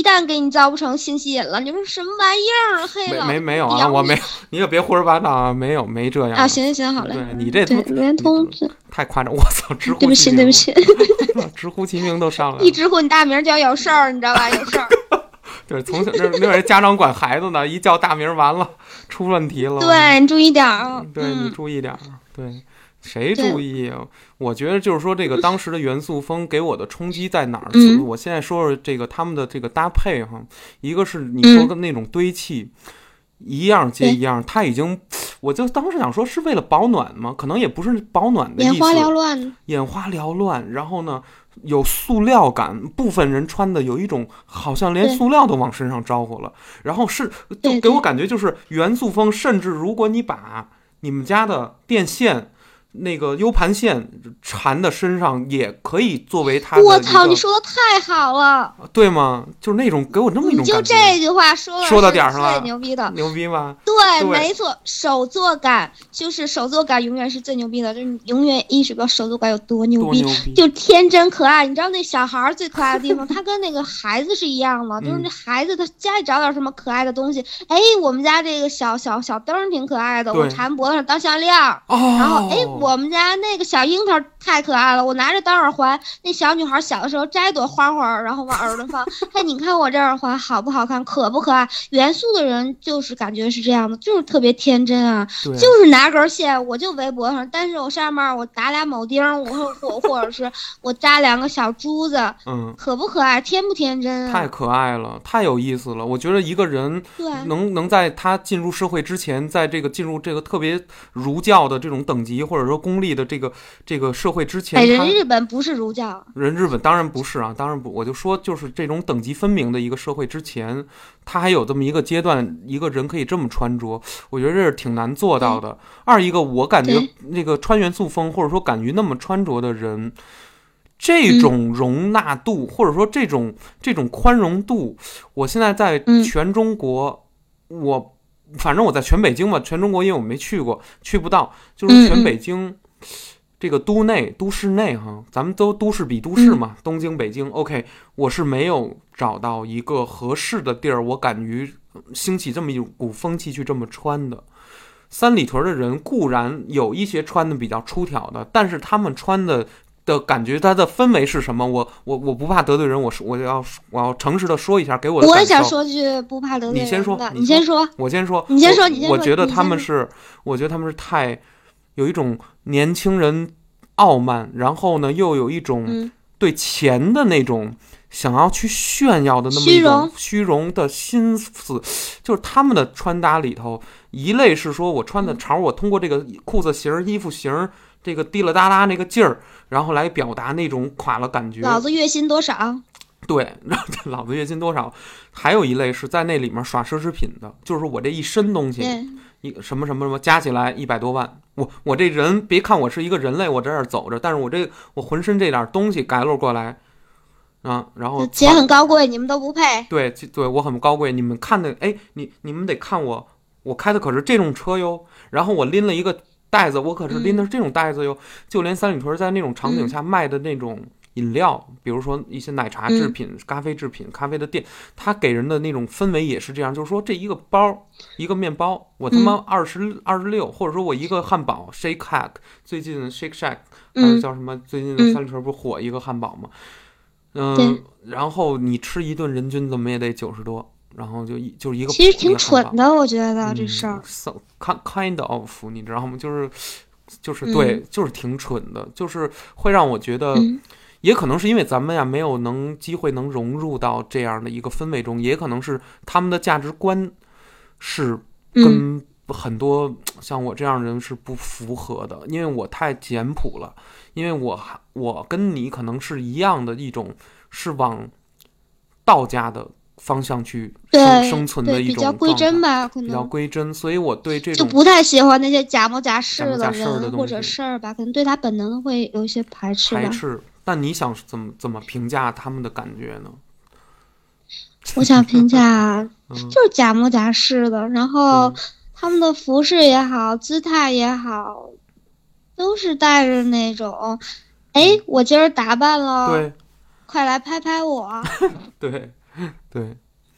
你造不成性吸引了。你说什么玩意儿？黑了没有啊，我没，你可别胡说八道啊，没这样啊。行，好嘞。 对你这联通太夸张，我操，直呼对不起， 直呼其名都上来了。 一直呼你大名就有事儿，你知道吧？有事儿。 对，从小那会家长管孩子呢，一叫大名完了出问题了。 对你注意点啊。 对你注意点，对。谁注意啊？我觉得就是说，这个当时的元素风给我的冲击在哪儿？我现在说说这个他们的这个搭配哈，一个是你说的那种堆砌，一样接一样，它已经，我就当时想说是为了保暖吗？可能也不是保暖的意思。眼花缭乱，然后呢有塑料感，部分人穿的有一种好像连塑料都往身上招呼了，然后就给我感觉就是元素风，甚至如果你把你们家的电线。那个 U 盘线缠的身上也可以作为它的。 我操，你说的太好了， 对吗？就是那种给我那么一种感觉。 你就这句话说到点上了， 最牛逼的， 牛逼吗？ 对，没错，手作感就是手作感，永远是最牛逼的，就是永远意识不到手作感有多牛逼，就天真可爱。你知道那小孩最可爱的地方，他跟那个孩子是一样的，就是那孩子他家里找点什么可爱的东西，哎，我们家这个小灯挺可爱的，我缠脖子上当项链，然后哎。我们家那个小樱桃太可爱了，我拿着当耳环，那小女孩小的时候摘朵花花，然后往耳朵放。哎，你看我这耳环好不好看，可不可爱？元素的人就是感觉是这样的，就是特别天真啊，就是拿根线，我就围脖上，但是我上面我打俩铆钉，或者是我扎两个小珠子，可不可爱？天不天真啊？ 太可爱了，太有意思了。我觉得一个人能在他进入社会之前，在这个进入这个特别儒教的这种等级，或者说功利的这个社会之前， 人日本不是儒教， 人日本当然不是啊，当然不，我就说就是这种等级分明的一个社会之前，他还有这么一个阶段，一个人可以这么穿着，我觉得这是挺难做到的。二一个，我感觉那个穿元素风或者说敢于那么穿着的人，这种容纳度或者说这种宽容度，我现在在全中国，反正我在全北京吧，全中国因为我没去过，去不到，就是全北京这个都市内哈，咱们都市比都市嘛，东京、北京 ，OK， 我是没有找到一个合适的地儿，我敢于兴起这么一股风气去这么穿的。三里屯的人固然有一些穿的比较出挑的，但是他们穿的感觉，它的氛围是什么？我不怕得罪人，我要诚实的说一下，给我的感受。 我也想说句不怕得罪人的。 你先说， 你先说， 我先说， 你先说， 我觉得他们是太有一种年轻人傲慢，然后呢又有一种对钱的那种想要去炫耀的那么一种虚荣的心思，就是他们的穿搭里头，一类是说我穿的潮，我通过这个裤子型、衣服型。这个滴了哒哒那个劲儿，然后来表达那种垮了感觉。 老子月薪多少？ 对，老子月薪多少？还有一类是在那里面耍奢侈品的，就是我这一身东西，什么加起来100多万。我这人，别看我是一个人类，我在这儿走着，但是我浑身这点东西改露过来啊，然后姐很高贵，你们都不配。 对，我很高贵，你们看的，哎，你们得看我开的可是这种车哟，然后我拎了一个。袋子，我可是拎的是这种袋子哟。就连三里屯在那种场景下卖的那种饮料，比如说一些奶茶制品、咖啡制品、咖啡的店，它给人的那种氛围也是这样，就是说这一个包、一个面包，我他妈26，或者说我一个汉堡 Shake Shack， 最近 Shake Shack 还是叫什么？最近的三里屯不是火一个汉堡吗？然后你吃一顿人均怎么也得90多。然后就是一个， 其实挺蠢的，我觉得这事儿。 kind of， 你知道吗？就是对，就是挺蠢的，就是会让我觉得，也可能是因为咱们呀没有机会能融入到这样的一个氛围中，也可能是他们的价值观是跟很多像我这样人是不符合的，因为我太简朴了，因为我跟你可能是一样的一种，是往道家的。方向去生存的一种比较归真吧，可能比较归真，所以我对这种就不太喜欢那些假模假式的人或者事儿吧，可能对他本能会有一些排斥。 但你想怎么评价他们的感觉呢？ 我想评价就是假模假式的，然后他们的服饰也好，姿态也好，都是带着那种，哎，我今儿打扮了， 对， 快来拍拍我。 对。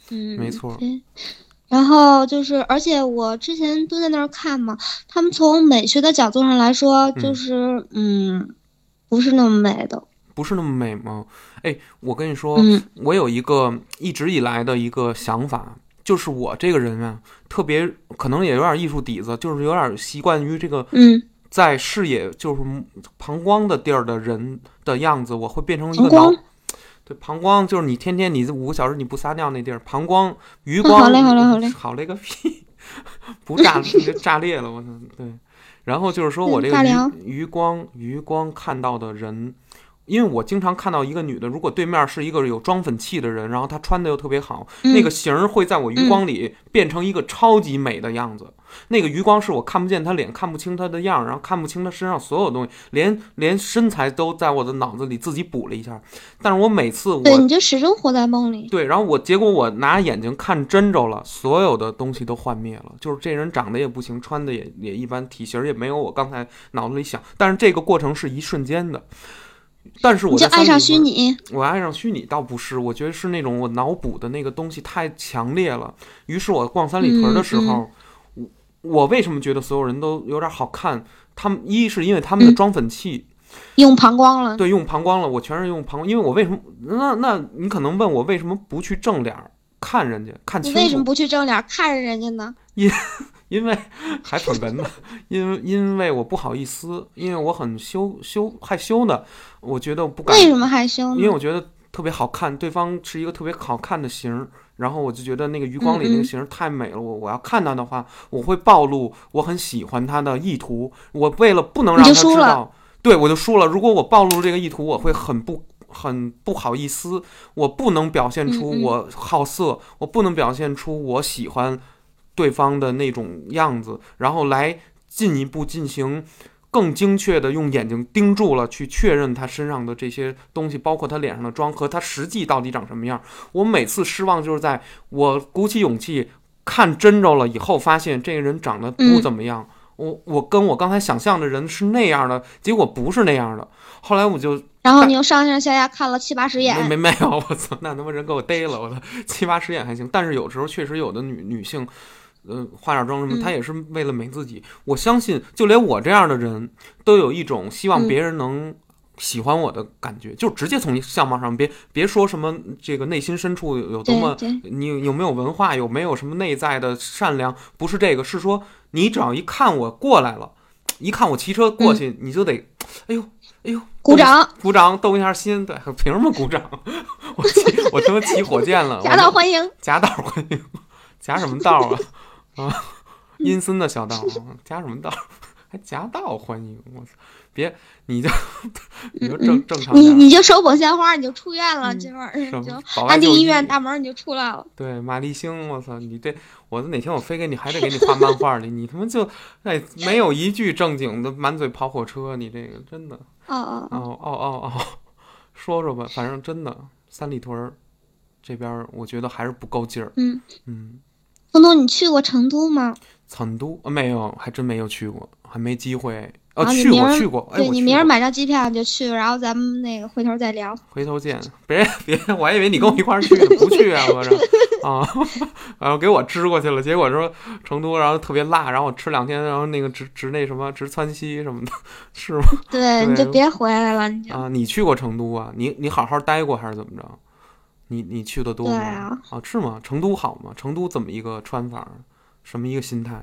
没错。 然后就是，而且我之前都在那儿看嘛，他们从美学的角度上来说，就是不是那么美的。 不是那么美吗？哎，我跟你说，我有一个一直以来的一个想法，就是我这个人啊，特别可能也有点艺术底子，就是有点习惯于这个在视野就是膀胱的地儿的人的样子，我会变成一个脑。对，膀胱就是你天天你5个小时你不撒尿那地儿，膀胱余光。 好嘞， 好嘞个屁，不炸裂了，我操！对，然后就是说我这个余光看到的人。因为我经常看到一个女的，如果对面是一个有妆粉气的人，然后她穿的又特别好，那个型会在我余光里变成一个超级美的样子。那个余光是我看不见她脸，看不清她的样，然后看不清她身上所有东西，连身材都在我的脑子里自己补了一下。但是我每次对你就始终活在梦里。 对，然后结果我拿眼睛看真着了，所有的东西都幻灭了。就是这人长得也不行，穿的也一般，体型也没有我刚才脑子里想。但是这个过程是一瞬间的。但是我就爱上虚拟， 我爱上虚拟倒不是，我觉得是那种我脑补的那个东西太强烈了。于是我逛三里屯的时候，我为什么觉得所有人都有点好看？他们一是因为他们的妆粉气用膀胱了， 对，用膀胱了，我全是用膀胱。因为我为什么？那你可能问我为什么不去正脸看人家，看清楚？ 你为什么不去正脸看人家呢？ 因为还捧哏呢，因为我不好意思，因为我很害羞的，我觉得我不敢。 为什么害羞呢？ 因为我觉得特别好看，对方是一个特别好看的型，然后我就觉得那个余光里那个型太美了，我要看他的话，我会暴露我很喜欢他的意图，我为了不能让他知道，对，我就输了。如果我暴露这个意图，我会很不好意思，我不能表现出我好色，我不能表现出我喜欢对方的那种样子，然后来进一步进行更精确的用眼睛盯住了去确认他身上的这些东西，包括他脸上的妆和他实际到底长什么样。我每次失望就是在我鼓起勇气看真着了以后，发现这个人长得不怎么样，我跟我刚才想象的人是那样的，结果不是那样的。后来我就， 然后你又上下看了70-80眼， 没有，我操，那他妈人给我逮了，我操，70-80眼还行。但是有时候确实有的女性，化点妆什么，她也是为了美自己。我相信，就连我这样的人都有一种希望别人能喜欢我的感觉，就直接从相貌上，别说什么这个内心深处有多么，你有没有文化，有没有什么内在的善良，不是这个，是说你只要一看我过来了，一看我骑车过去，你就得，哎呦。鼓掌，动一下心。对，凭什么鼓掌？我他妈骑火箭了！ 夹道欢迎， 夹什么道啊？阴森的小道，夹什么道？还夹道欢迎？我操！别，你就正常点。 你就手捧鲜花，你就出院了，这会儿就安定医院大门你就出来了。 对，马立星，我操！你这，我哪天我非还得给你画漫画里，你他妈就没有一句正经的，满嘴跑火车，你这个真的。哦，说说吧，反正真的三里屯这边，我觉得还是不够劲儿。 东东，你去过成都吗？ 成都没有，还真没有去过，还没机会。去过。 对，你明儿买张机票你就去，然后咱们那个回头再聊。 回头见。别，我还以为你跟我一块儿去呢，不去啊，我这啊，然后给我支过去了，结果说成都，然后特别辣，然后我吃2天，然后那个直那什么直窜稀什么的，是吗？ 对，你就别回来了，你就啊，你去过成都啊？你好好待过还是怎么着？你去的多吗？ 对啊， 是吗？成都好吗？成都怎么一个穿法？什么一个心态？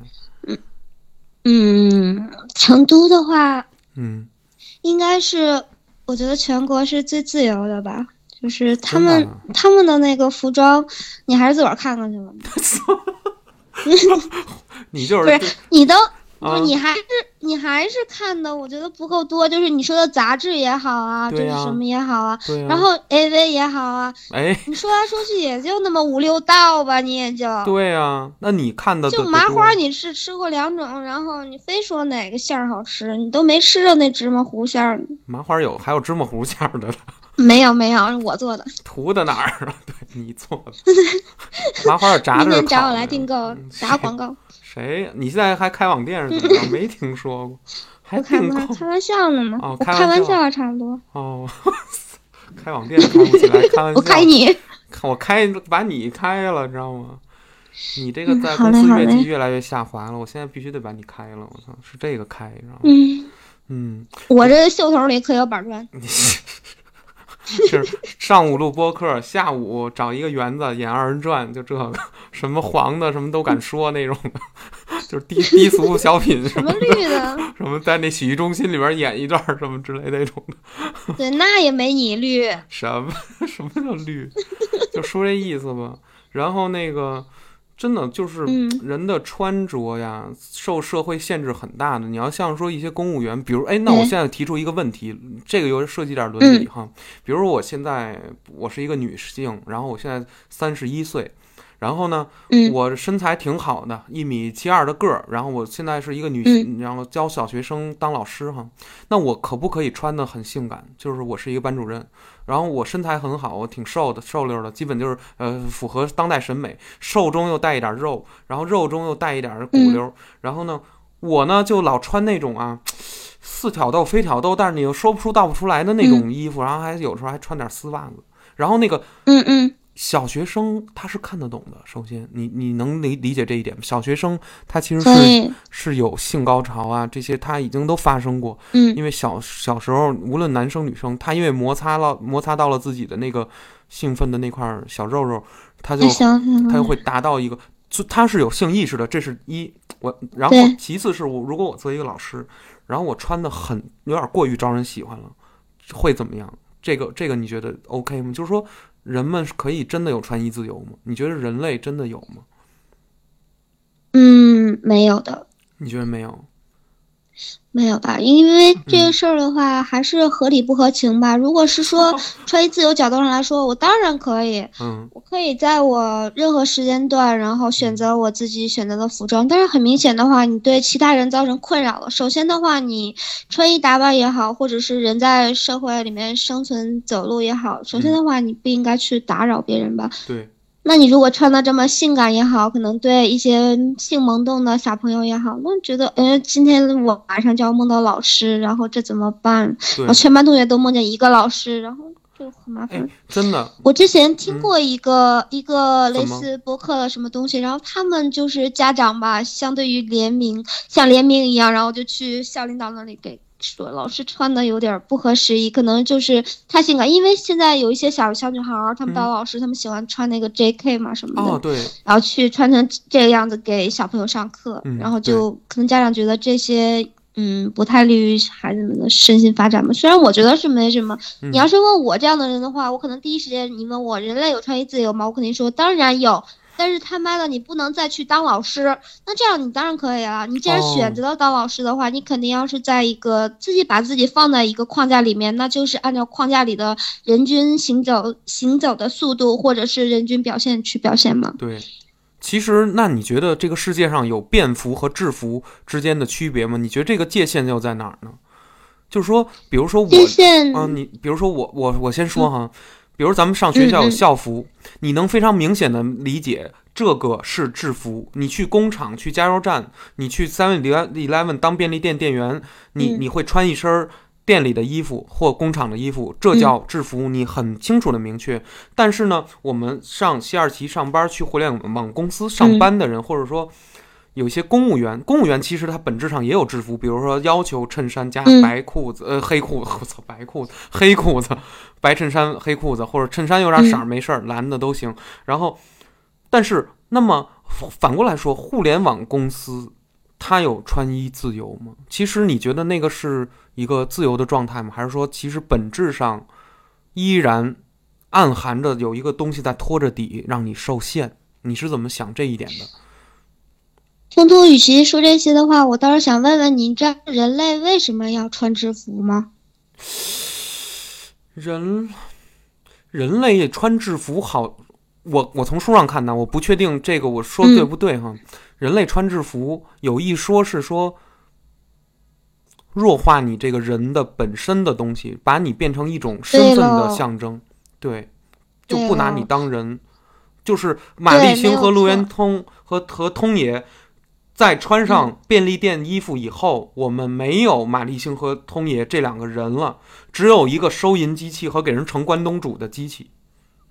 成都的话，应该是我觉得全国是最自由的吧，就是他们的那个服装，你还是自个儿看看去吧。 你就是不是你都。你还是看的，我觉得不够多。就是你说的杂志也好啊，就是什么也好啊，然后 AV 也好啊，你说来说去也就那么5-6道吧，你也就对啊。那你看的就麻花，你是吃过2种，然后你非说哪个馅儿好吃，你都没吃到那芝麻糊馅儿。 麻花还有芝麻糊馅儿的？ 没有，我做的。 涂的哪儿啊？对，你做的。麻花炸着。 明天找我来订购，打广告。 谁？你现在还开网店是怎么着？没听说过，还订购？ 开玩笑呢吗？ 哦， 开玩笑差不多。 哦，开网店开不起来，开玩笑。 我开你。 我把你开了，知道吗？你这个在公司业绩越来越下滑了，我现在必须得把你开了。我操，是这个开，知道吗？ 我这袖头里可有板砖。 就是上午录播客，下午找一个园子演二人转，就这个什么黄的什么都敢说那种的，就是低俗小品什么绿的， 什么在那洗浴中心里边演一段什么之类那种的。 对，那也没你绿。 什么叫绿？就说这意思吧。然后那个。真的就是人的穿着呀，受社会限制很大的。你要像说一些公务员，比如那我现在提出一个问题，这个有涉及点伦理哈。比如我现在我是一个女性，然后我现在31岁，然后呢，我身材挺好的，1.72米的个儿，然后我现在是一个女性，然后教小学生当老师哈。那我可不可以穿得很性感？就是我是一个班主任。然后我身材很好，我挺瘦溜的，基本就是符合当代审美，瘦中又带一点肉，然后肉中又带一点骨溜。然后呢，我呢就老穿那种似挑逗非挑逗，但是你又说不出道不出来的那种衣服，然后还有时候还穿点丝袜子。然后那个小学生他是看得懂的。首先你能理解这一点吗？小学生他其实是有性高潮啊，这些他已经都发生过。因为小时候无论男生女生，他因为摩擦到了自己的那个兴奋的那块小肉肉，他就会达到一个，他是有性意识的。这是然后其次是如果我作为一个老师，然后我穿的有点过于招人喜欢了，会怎么样？这个你觉得 OK 吗？就是说人们可以真的有穿衣自由吗？你觉得人类真的有吗？ 没有的。 你觉得没有？ 没有吧，因为这个事儿的话，还是合理不合情吧。如果是说穿衣自由角度上来说，我当然可以，我可以在我任何时间段，然后选择我自己选择的服装。但是很明显的话，你对其他人造成困扰了。首先的话，你穿衣打扮也好，或者是人在社会里面生存走路也好，首先的话，你不应该去打扰别人吧。 对。 那你如果穿的这么性感也好，可能对一些性萌动的小朋友也好，那觉得今天我晚上就要梦到老师，然后这怎么办？然后全班同学都梦见一个老师，然后就很麻烦。 真的， 我之前听过一个类似播客的什么东西，然后他们就是家长吧，相对于像联名一样，然后就去校领导那里给说老师穿的有点不合时宜，可能就是太性感。因为现在有一些小女孩她们当老师，她们喜欢穿那个 JK 嘛什么的， 对， 然后去穿成这个样子给小朋友上课，然后就可能家长觉得这些不太利于孩子们的身心发展嘛。虽然我觉得是没什么，你要是问我这样的人的话，我可能第一时间你问我人类有穿衣自由吗？我肯定说当然有。但是他妈的你不能再去当老师，那这样你当然可以了。你既然选择了当老师的话，你肯定要是在一个自己把自己放在一个框架里面，那就是按照框架里的人均行走的速度或者是人均表现去表现嘛。 对，其实那你觉得这个世界上有便服和制服之间的区别吗？你觉得这个界限又在哪儿呢？就是说比如说你比如说我先说哈。比如咱们上学校有校服，你能非常明显的理解这个是制服。你去工厂、去加油站、你去 7-Eleven 当便利店店员，你会穿一身店里的衣服或工厂的衣服，这叫制服，你很清楚的明确。但是呢，我们上西二旗上班去互联网公司上班的人，或者说有些公务员其实他本质上也有制服，比如说要求衬衫加白裤子，黑裤子，我操，白裤子，黑裤子，白衬衫，黑裤子，或者衬衫有点色没事蓝的都行。然后，但是那么反过来说，互联网公司它有穿衣自由吗？其实你觉得那个是一个自由的状态吗？还是说其实本质上依然暗含着有一个东西在拖着底让你受限？你是怎么想这一点的？ 通通与其说这些的话，我倒是想问问你，知道人类为什么要穿制服吗？ 人类穿制服好，我从书上看的，我不确定这个我说对不对哈。人类穿制服有一说是说弱化你这个人的本身的东西，把你变成一种身份的象征，对，就不拿你当人。就是马立新和陆源通和通爷在穿上便利店衣服以后，我们没有马立新和通爷这两个人了，只有一个收银机器和给人盛关东煮的机器，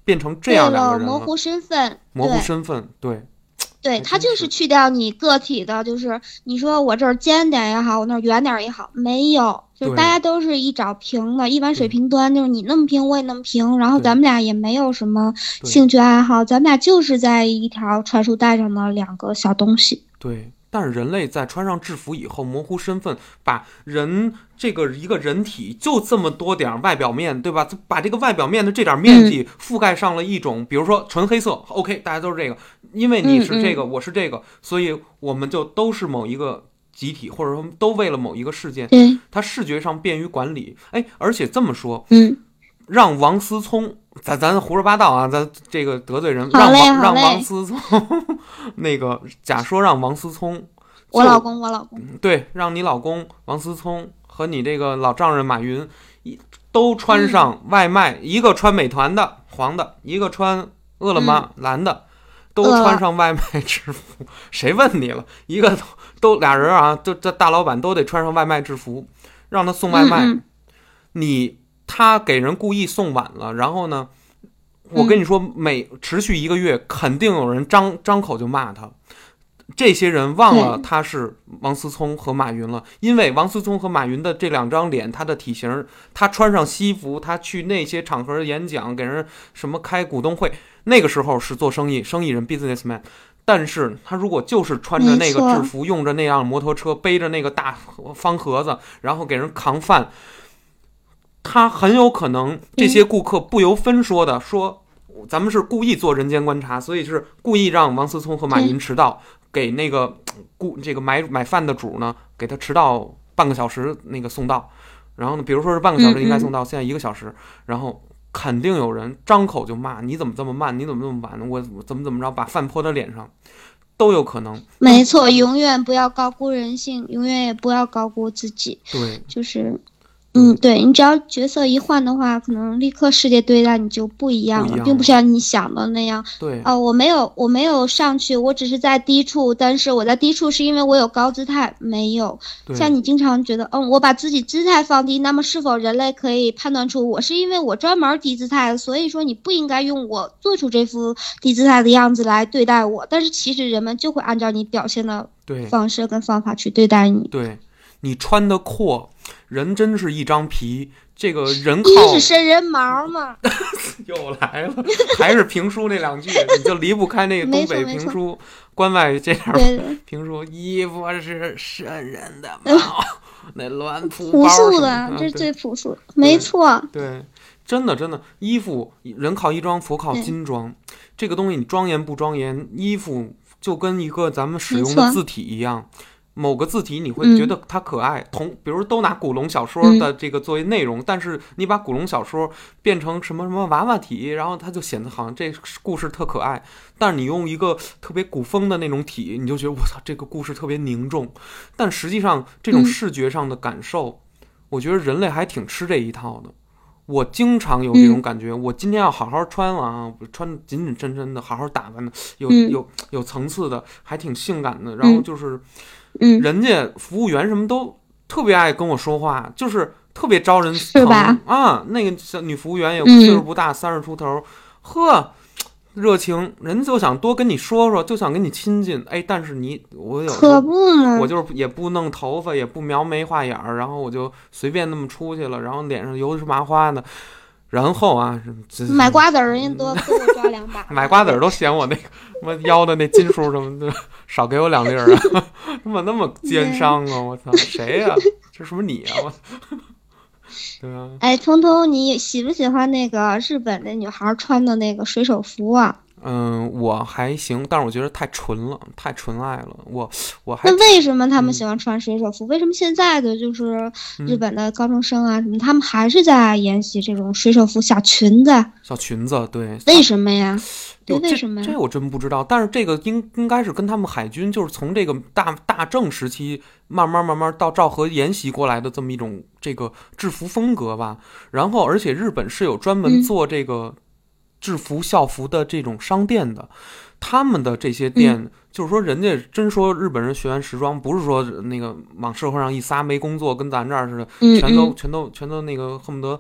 变成这样两个人了， 模糊身份， 模糊身份， 对，他就是去掉你个体的，就是你说我这儿尖点也好，我那儿圆点也好，没有，就是大家都是一找平的，一碗水平端，就是你那么平我也那么平，然后咱们俩也没有什么兴趣爱好，咱们俩就是在一条传输带上的两个小东西。 对，但是人类在穿上制服以后模糊身份，把人这个一个人体就这么多点外表面，对吧？把这个外表面的这点面积覆盖上了一种，比如说纯黑色 OK， 大家都是这个，因为你是这个我是这个，所以我们就都是某一个集体，或者说都为了某一个事件，它视觉上便于管理。哎，而且这么说，让王思聪，咱胡说八道啊，咱这个得罪人，让王思聪那个假说让王思聪， 我老公， 对，让你老公王思聪和你这个老丈人马云都穿上外卖，一个穿美团的黄的，一个穿饿了么蓝的，都穿上外卖制服，谁问你了？一个都俩人啊，这大老板都得穿上外卖制服，让他送外卖，他给人故意送晚了，然后呢，我跟你说，持续1个月，肯定有人张口就骂他。这些人忘了他是王思聪和马云了，因为王思聪和马云的这两张脸，他的体型，他穿上西服，他去那些场合演讲，给人什么开股东会，那个时候是做生意人 businessman。但是他如果就是穿着那个制服，用着那样摩托车，背着那个大方盒子，然后给人扛饭，他很有可能这些顾客不由分说的说，咱们是故意做人间观察，所以是故意让王思聪和马云迟到，给那个这个买饭的主呢，给他迟到半个小时那个送到，然后呢，比如说是半个小时应该送到，现在1个小时，然后肯定有人张口就骂，你怎么这么慢，你怎么这么晚，我怎么着，把饭泼他脸上，都有可能。 没错，永远不要高估人性，永远也不要高估自己。 对， 就是对，你只要角色一换的话，可能立刻世界对待你就不一样了，并不像你想的那样。 对， 我没有上去，我只是在低处，但是我在低处是因为我有高姿态，没有。像你经常觉得，我把自己姿态放低，那么是否人类可以判断出我是因为我专门低姿态，所以说你不应该用我做出这副低姿态的样子来对待我？但是其实人们就会按照你表现的方式跟方法去对待你。 对，你穿的阔，人真是一张皮，这个人靠衣是伸人毛嘛。 又来了，还是评书那2句，你就离不开那个东北评书关外这点评书，衣服是伸人的毛，那乱铺朴素的，这是最朴素的，没错。 对，真的，衣服人靠衣装，佛靠金装，这个东西你庄严不庄严，衣服就跟一个咱们使用的字体一样。某个字体你会觉得它可爱，比如都拿古龙小说的这个作为内容，但是你把古龙小说变成什么娃娃体，然后它就显得好像这故事特可爱。但是你用一个特别古风的那种体，你就觉得我操，这个故事特别凝重。但实际上这种视觉上的感受，我觉得人类还挺吃这一套的。我经常有这种感觉，我今天要好好穿啊，穿紧紧真真的，好好打扮的，有层次的，还挺性感的。然后就是。人家服务员什么都特别爱跟我说话，就是特别招人疼啊。那个小女服务员也岁数不大，30出头，热情，人就想多跟你说说，就想跟你亲近。哎，但是我有可不嘛， 我就是也不弄头发，也不描眉画眼儿，然后我就随便那么出去了，然后脸上油的是麻花的。然后啊， 买瓜子儿人家都给我抓2把， 买瓜子儿都嫌我那个我腰的那金属什么的少给我2粒儿啊，怎么那么奸商啊！我操，谁呀？这是不是你啊？我对啊。 哎，彤彤，你喜不喜欢那个日本的女孩穿的那个水手服啊？ 我还行，但是我觉得太纯了，太纯爱了。我还那为什么他们喜欢穿水手服？为什么现在的就是日本的高中生啊什么，他们还是在沿袭这种水手服小裙子？ 对。 为什么呀？对，为什么呀？ 这我真不知道。但是这个应该是跟他们海军就是从这个大正时期慢慢到昭和沿袭过来的这么一种这个制服风格吧。然后而且日本是有专门做这个制服校服的这种商店的，他们的这些店，就是说人家真说日本人学完时装，不是说那个往社会上一撒没工作，跟咱这儿似的，全都那个恨不得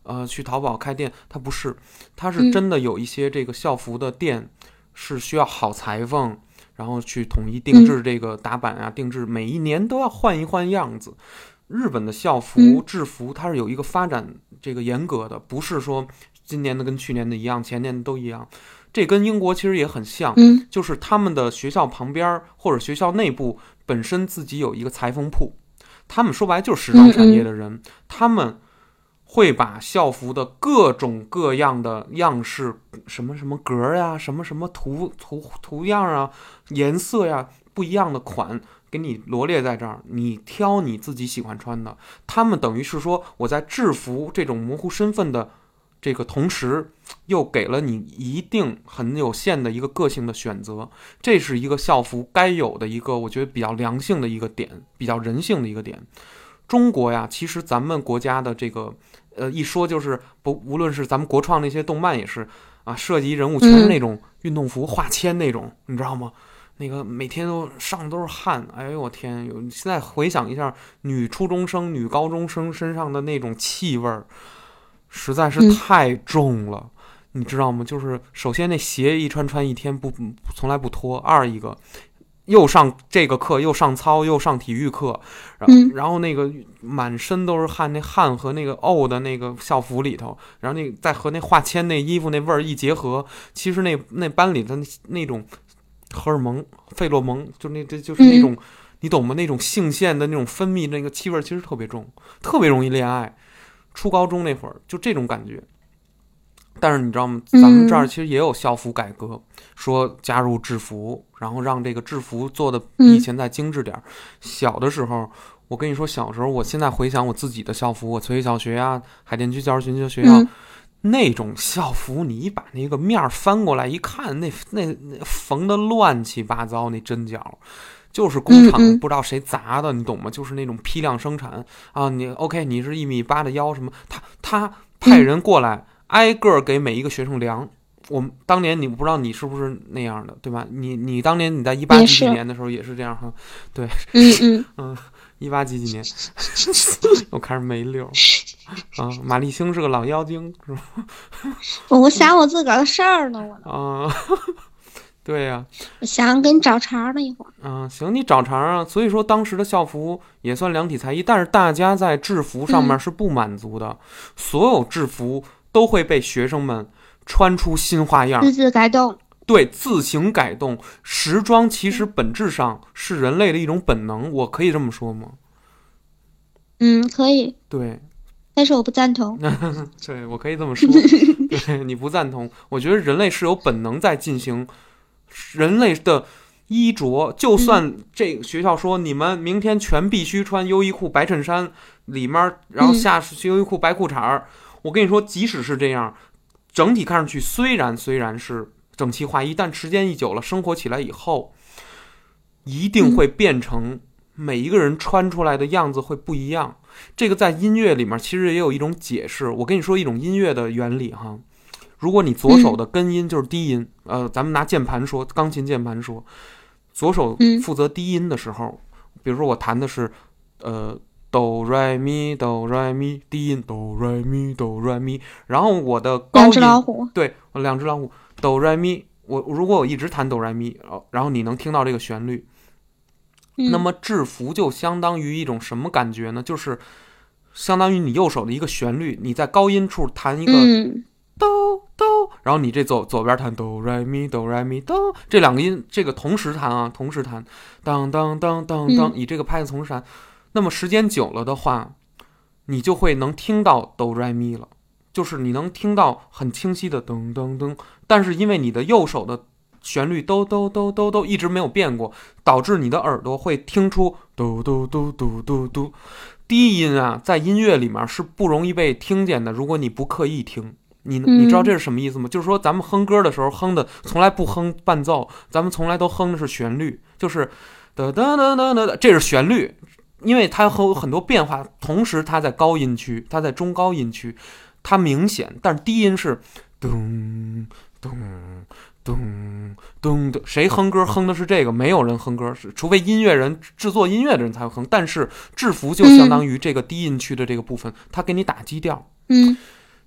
去淘宝开店，它不是，它是真的有一些这个校服的店是需要好裁缝，然后去统一定制这个打版啊，定制每一年都要换一换样子。日本的校服制服它是有一个发展这个严格的，不是说今年的跟去年的一样，前年的都一样。这跟英国其实也很像，就是他们的学校旁边或者学校内部本身自己有一个裁缝铺，他们说白了就是时装产业的人，他们会把校服的各种各样的样式，什么什么格呀，什么什么图样啊，颜色呀，不一样的款给你罗列在这儿，你挑你自己喜欢穿的。他们等于是说我在制服这种模糊身份的这个同时，又给了你一定很有限的一个个性的选择，这是一个校服该有的一个我觉得比较良性的一个点，比较人性的一个点。中国呀，其实咱们国家的这个一说就是无论是咱们国创那些动漫也是啊，涉及人物全是那种运动服画铅那种，你知道吗？那个每天都上都是汗，哎呦我天！现在回想一下，女初中生、女高中生身上的那种气味儿，实在是太重了，你知道吗？就是首先那鞋一穿一天从来不脱，二一个又上这个课又上操又上体育课，然后那个满身都是汗，那汗和那个的那个校服里头，然后那再和那化铅那衣服那味儿一结合，其实那班里的那种荷尔蒙、费洛蒙，就是那种，你懂吗？那种性腺的那种分泌那个气味其实特别重，特别容易恋爱。初高中那会儿就这种感觉。但是你知道吗？咱们这儿其实也有校服改革，说加入制服，然后让这个制服做的比以前再精致点。小的时候，我跟你说，小时候，我现在回想我自己的校服，我慈惠小学啊，海淀区教师巡学学校。那种校服，你把那个面翻过来一看，那缝的乱七八糟，那针脚就是工厂不知道谁砸的，你懂吗？就是那种批量生产啊。你 OK， 你是1.8米的腰什么，他派人过来挨个给每一个学生量。我们当年你不知道你是不是那样的，对吧？你当年你在18几年的时候也是这样哈，对，18几年，我开始没溜啊。马立星是个老妖精，是吧？ 我想我自个儿的事儿呢，我啊，对呀， 我想给你找茬呢一会儿。行，你找茬啊。所以说当时的校服也算量体裁衣，但是大家在制服上面是不满足的，所有制服都会被学生们穿出新花样， 自己改动。 对，自行改动。时装其实本质上是人类的一种本能，我可以这么说吗？ 可以。 对， 但是我不赞同。 对，我可以这么说。对，你不赞同？我觉得人类是有本能在进行，人类的衣着，就算这个学校说你们明天全必须穿优衣库白衬衫，里面然后下是优衣库白裤衩我跟你说，即使是这样，整体看上去虽然是整齐划一，但时间一久了，生活起来以后，一定会变成每一个人穿出来的样子会不一样。这个在音乐里面其实也有一种解释。我跟你说一种音乐的原理哈，如果你左手的根音就是低音，咱们拿键盘说，钢琴键盘说，左手负责低音的时候，比如说我弹的是哆来咪哆来咪，低音哆来咪哆来咪，然后我的高音， 两只老虎， 对，我两只老虎哆来咪，如果我一直弹哆来咪，然后你能听到这个旋律，那么制服就相当于一种什么感觉呢？就是相当于你右手的一个旋律，你在高音处弹一个哆哆，然后你这左边弹哆来咪哆来咪哆，这两个音这个同时弹啊，同时弹，当当当当当，以这个拍子同时弹。那么时间久了的话，你就会能听到哆来咪了，就是你能听到很清晰的噔噔噔，但是因为你的右手的旋律哆哆哆哆哆一直没有变过，导致你的耳朵会听出哆哆哆哆哆哆。低音啊，在音乐里面是不容易被听见的，如果你不刻意听。你知道这是什么意思吗？就是说咱们哼歌的时候哼的从来不哼伴奏，咱们从来都哼的是旋律，就是哒哒哒哒哒，这是旋律。因为它有很多变化，同时它在高音区，它在中高音区，它明显，但是低音是咚咚咚咚的。谁哼歌哼的是这个？没有人哼歌，除非音乐人制作音乐的人才会哼。但是制服就相当于这个低音区的这个部分，它给你打基调。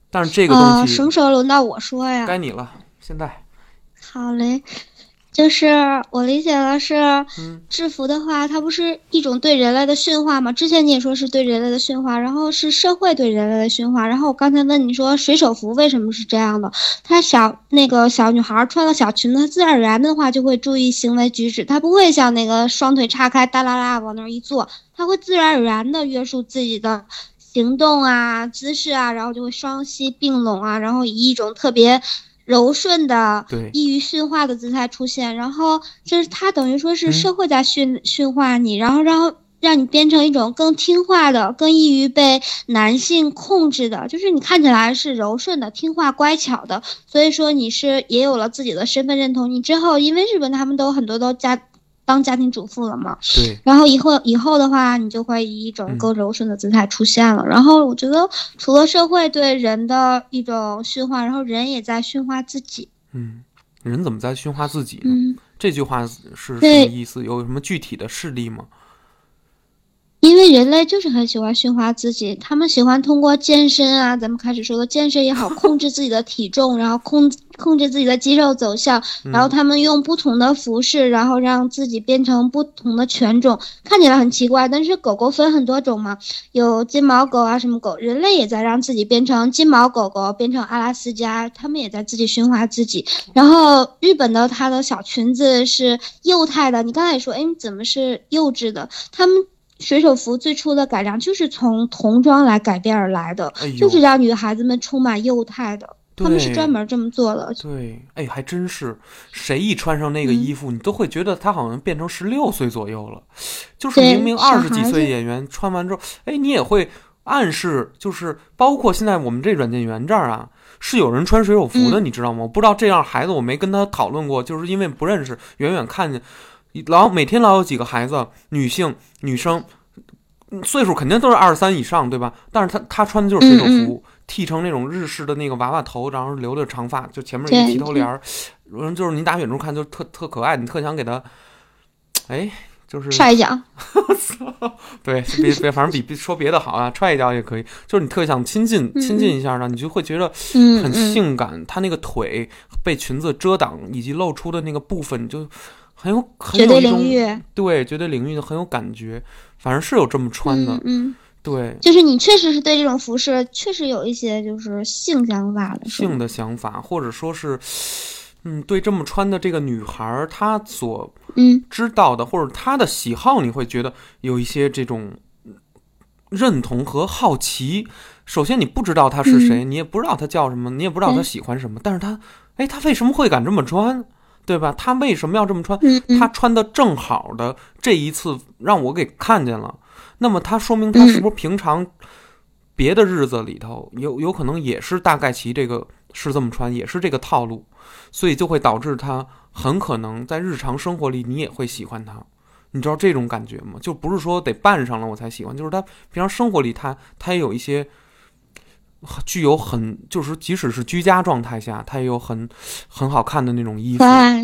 但是这个东西什么时候轮到我说呀？ 该你了，现在。 好嘞。就是我理解的是，制服的话，它不是一种对人类的驯化吗？之前你也说是对人类的驯化，然后是社会对人类的驯化。然后我刚才问你说水手服为什么是这样的？那个小女孩穿了小裙子，她自然而然的话就会注意行为举止，她不会像那个双腿叉开哒啦啦往那儿一坐，她会自然而然的约束自己的行动啊、姿势啊，然后就会双膝并拢啊，然后以一种特别柔顺的、易于驯化的姿态出现，然后就是它等于说是社会在驯化你，然后让你变成一种更听话的、更易于被男性控制的，就是你看起来是柔顺的、听话乖巧的，所以说你是也有了自己的身份认同。你之后因为日本他们都很多都当家庭主妇了嘛， 对， 然后以后的话，你就会以一种更柔顺的姿态出现了。然后我觉得，除了社会对人的一种驯化，然后人也在驯化自己。 人怎么在驯化自己呢？这句话是什么意思？有什么具体的事例吗？ 因为人类就是很喜欢驯化自己，他们喜欢通过健身啊，咱们开始说的健身也好，控制自己的体重，然后控制自己的肌肉走向，然后他们用不同的服饰，然后让自己变成不同的犬种，看起来很奇怪，但是狗狗分很多种嘛，有金毛狗啊什么狗，人类也在让自己变成金毛狗狗，变成阿拉斯加，他们也在自己驯化自己。然后日本的它的小裙子是幼态的，你刚才也说，哎，怎么是幼稚的？他们水手服最初的改良就是从童装来改变而来的，就是让女孩子们充满幼态的，他们是专门这么做的。 对，还真是，谁一穿上那个衣服，你都会觉得他好像变成16岁左右了，就是明明20几岁演员穿完之后，你也会暗示，就是包括现在我们这软件园这儿啊，是有人穿水手服的，你知道吗？我不知道这样孩子，我没跟他讨论过，就是因为不认识，远远看见。每天老有几个孩子，女生岁数肯定都是23以上，对吧？但是他穿的就是水手服，剃成那种日式的那个娃娃头，然后留着长发，就前面一齐头帘，就是你打远处看就特可爱，你特想给他，就是踹一脚。 对，别，反正比说别的好啊，踹一脚也可以。就是你特想亲近一下呢，你就会觉得很性感。他那个腿被裙子遮挡以及露出的那个部分，就很有绝对领域， 对，绝对领域很有感觉。反正是有这么穿的，对， 就是你确实是对这种服饰确实有一些就是性想法的想法，或者说是，对这么穿的这个女孩，她所知道的或者她的喜好，你会觉得有一些这种认同和好奇。首先，你不知道她是谁，你也不知道她叫什么，你也不知道她喜欢什么，但是她为什么会敢这么穿？对吧？他为什么要这么穿？他穿的正好的这一次让我给看见了，那么他说明他是不是平常别的日子里头有可能也是大概其这个是这么穿，也是这个套路，所以就会导致他很可能在日常生活里你也会喜欢他。你知道这种感觉吗？就不是说得扮上了我才喜欢，就是他平常生活里他也有一些具有就是即使是居家状态下，它也有很好看的那种衣服。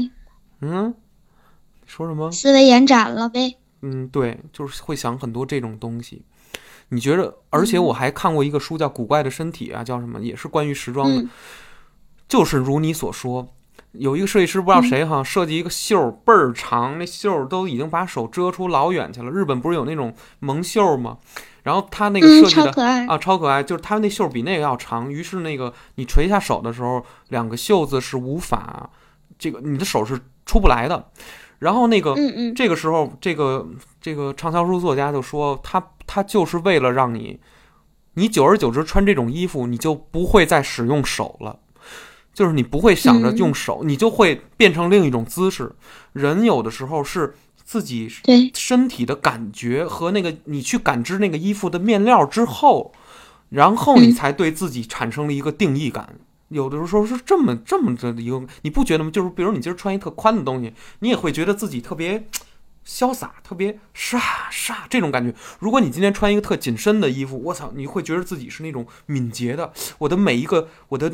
说什么？ 思维延展了呗。 对，就是会想很多这种东西。你觉得？而且我还看过一个书叫《古怪的身体》啊，叫什么？也是关于时装的。就是如你所说，有一个设计师不知道谁设计一个袖倍儿长，那袖都已经把手遮出老远去了。日本不是有那种蒙袖吗？然后他那个设计的超可爱，就是他那袖比那个要长，于是那个你垂下手的时候，两个袖子是无法你的手是出不来的。然后那个这个时候，这个畅销书作家就说，他就是为了让你久而久之穿这种衣服，你就不会再使用手了。就是你不会想着用手，你就会变成另一种姿势。人有的时候是自己身体的感觉和那个你去感知那个衣服的面料之后，然后你才对自己产生了一个定义感。有的时候是这么的一个，你不觉得吗？就是比如你今儿穿一特宽的东西，你也会觉得自己特别潇洒，特别唰这种感觉。如果你今天穿一个特紧身的衣服，我操，你会觉得自己是那种敏捷的。我的每一个我的那种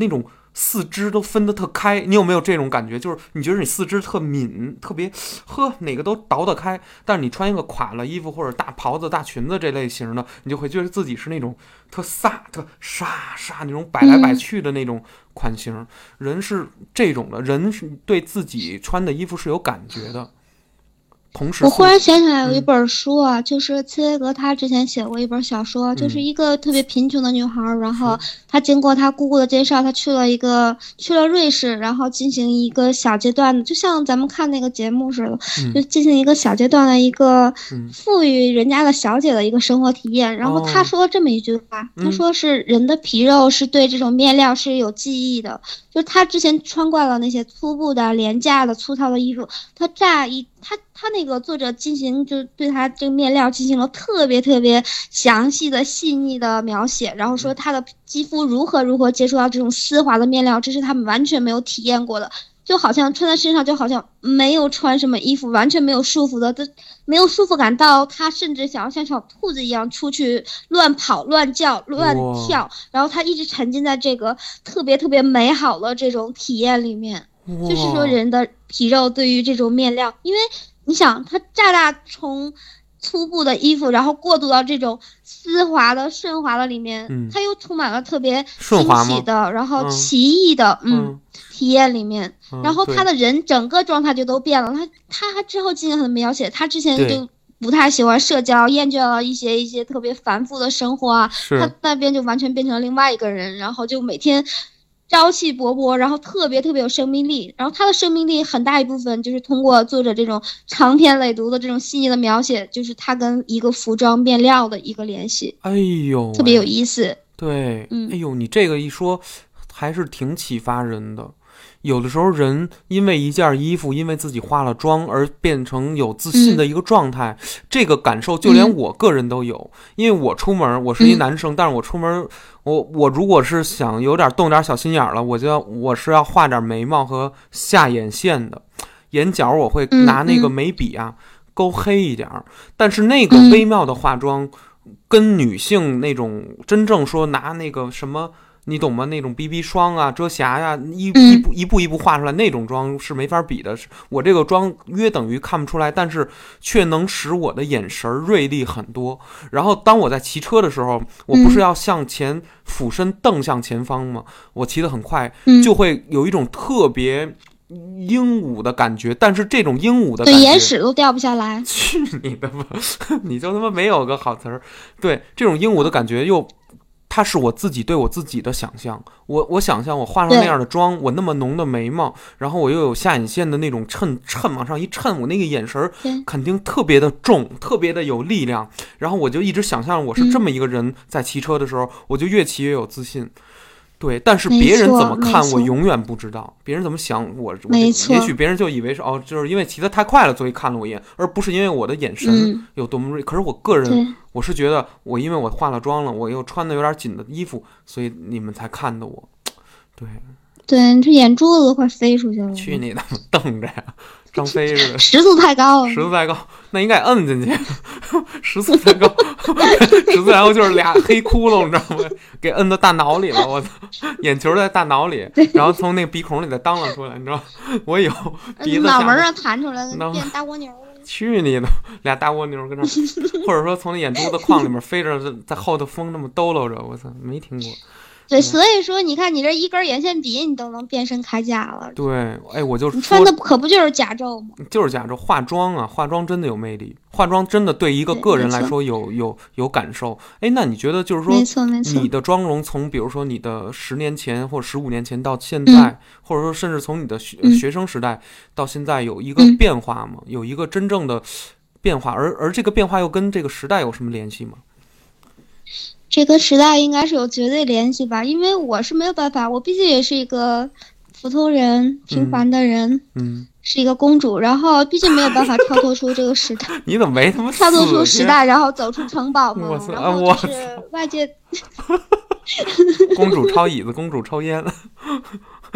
四肢都分得特开，你有没有这种感觉？就是你觉得你四肢特敏，特别哪个都倒得开，但是你穿一个垮了衣服或者大袍子、大裙子这类型的，你就会觉得自己是那种特飒、特飒那种摆来摆去的那种款型。人是这种的，人是对自己穿的衣服是有感觉的。同时， 我忽然想起来有一本书啊，就是茨威格他之前写过一本小说，就是一个特别贫穷的女孩，然后她经过她姑姑的介绍，她去了瑞士，然后进行一个小阶段的，就像咱们看那个节目似的，就进行一个小阶段的一个富裕人家的小姐的一个生活体验。然后她说这么一句话，她说是人的皮肉是对这种面料是有记忆的，就她之前穿惯了那些粗布的、廉价的、粗糙的衣服，他那个作者就对他这个面料进行了特别特别详细的细腻的描写，然后说他的肌肤如何接触到这种丝滑的面料，这是他们完全没有体验过的，就好像穿在身上就好像没有穿什么衣服，完全没有束缚的，没有束缚感到他甚至想要像小兔子一样出去乱跑乱叫乱跳，然后他一直沉浸在这个特别特别美好的这种体验里面。就是说人的皮肉对于这种面料，因为你想他乍从粗布的衣服然后过渡到这种丝滑的顺滑的里面，他又充满了特别惊喜的然后奇异的体验里面，然后他的人整个状态就都变了。他之后进行很多描写，他之前就不太喜欢社交，厌倦了一些特别繁复的生活啊，他那边就完全变成了另外一个人，然后就每天朝气勃勃，然后特别特别有生命力，然后他的生命力很大一部分就是通过作者这种长篇累牍的这种细腻的描写，就是他跟一个服装面料的一个联系。 哎呦， 特别有意思。 对，哎呦，你这个一说还是挺启发人的。有的时候人因为一件衣服，因为自己化了妆而变成有自信的一个状态，这个感受就连我个人都有。因为我出门，我是一男生，但是我出门我如果是想有点动点小心眼了，我是要画点眉毛和下眼线的，眼角我会拿那个眉笔啊勾黑一点。但是那个微妙的化妆跟女性那种真正说拿那个什么你懂吗？那种 BB 霜啊、遮瑕呀、一步一步画出来那种妆是没法比的。我这个妆约等于看不出来，但是却能使我的眼神锐利很多。然后当我在骑车的时候，我不是要向前俯身瞪向前方吗？我骑得很快，就会有一种特别鹦鹉的感觉，但是这种鹦鹉的感觉， 对，眼屎都掉不下来。 去你的吧！你就他妈没有个好词儿。对，这种鹦鹉的感觉又。它是我自己对我自己的想象，我想象我画上那样的妆，我那么浓的眉毛，然后我又有下眼线的那种衬往上一衬，我那个眼神肯定特别的重，特别的有力量。然后我就一直想象我是这么一个人，在骑车的时候，我就越骑越有自信。对，但是别人怎么看我永远不知道，别人怎么想我也许别人就以为是就是因为骑得太快了，所以看了我一眼，而不是因为我的眼神有多么锐。可是我个人，我是觉得因为我化了妆了，我又穿的有点紧的衣服，所以你们才看的我。 对，你这眼珠子都快飞出去了。 去你的，瞪着呀！张飞似的， 时速太高， 那应该摁进去。时速太高，然后就是俩黑窟窿，你知道吗？给摁到大脑里了，我操！眼球在大脑里，然后从那个鼻孔里再当啷出来，你知道吗？我有鼻子脑门上弹出来，变大蜗牛。 去你的，俩大蜗牛跟那，或者说从那眼珠子框里面飞着，在后头风那么兜搂着，我操，没听过。 对，所以说你看你这一根眼线笔你都能变身铠甲了。 对，哎，我就你穿的可不就是甲胄吗？ 就是甲胄。化妆啊，化妆真的有魅力，化妆真的对一个个人来说有感受。哎，那你觉得就是说， 没错， 你的妆容从比如说你的10年前或者15年前到现在，或者说甚至从你的学生时代到现在有一个变化吗？有一个真正的变化，而这个变化又跟这个时代有什么联系吗？ 这个时代应该是有绝对联系吧，因为我是没有办法，我毕竟也是一个普通人，平凡的人，是一个公主，然后毕竟没有办法跳脱出这个时代。 你怎么没他妈跳脱出时代，然后走出城堡嘛？然后就是外界。 公主抄椅子，公主抽烟。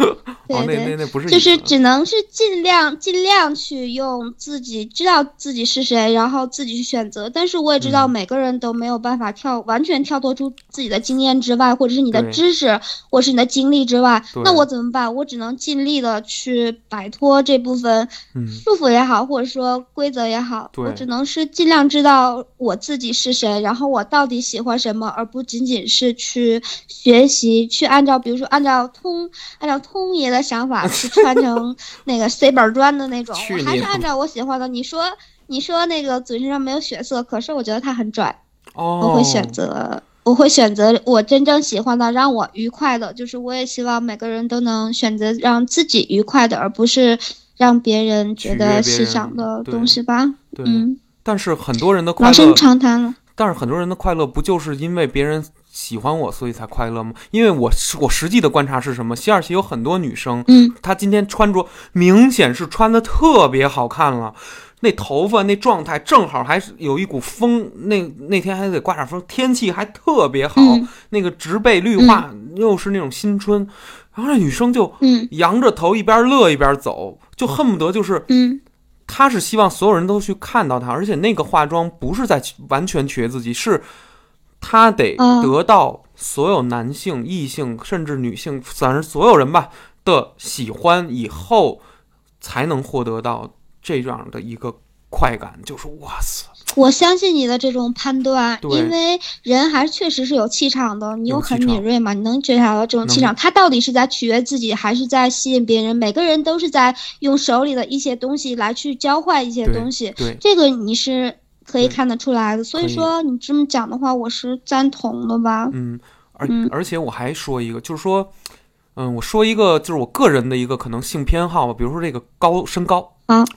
对对， 那不是就是只能是尽量去用自己知道自己是谁，然后自己去选择。但是我也知道每个人都没有办法完全跳脱出自己的经验之外，或者是你的知识，或者是你的经历之外。那我怎么办？我只能尽力的去摆脱这部分束缚也好，或者说规则也好，我只能是尽量知道我自己是谁，然后我到底喜欢什么，而不仅仅是去学习，去比如说按照通爷的想法去穿成那个 C 本砖的那种，我还是按照我喜欢的。你说那个嘴唇上没有血色，可是我觉得他很拽，我会选择我真正喜欢的，让我愉快的。就是我也希望每个人都能选择让自己愉快的，而不是让别人觉得欣赏的东西吧。 但是很多人的快乐， 老生常谈了。 但是很多人的快乐不就是因为别人喜欢我所以才快乐吗？因为我实际的观察是什么？西二旗有很多女生，她今天穿着明显是穿的特别好看了，那头发那状态正好还有一股风，那天还得刮点风，天气还特别好，那个植被绿化又是那种新春，然后那女生就扬着头一边乐一边走，就恨不得就是她是希望所有人都去看到她，而且那个化妆不是在完全取悦自己，是她得得到所有男性、异性甚至女性，反正所有人吧的喜欢以后，才能获得到这样的一个快感。就是哇塞， 我相信你的这种判断，因为人还确实是有气场的，你又很敏锐嘛，你能觉察到这种气场，他到底是在取悦自己还是在吸引别人？每个人都是在用手里的一些东西来去交换一些东西，这个你是可以看得出来的。所以说你这么讲的话，我是赞同的吧。 而且我还说一个，就是说我说一个就是我个人的一个可能性偏好吧，比如说这个身高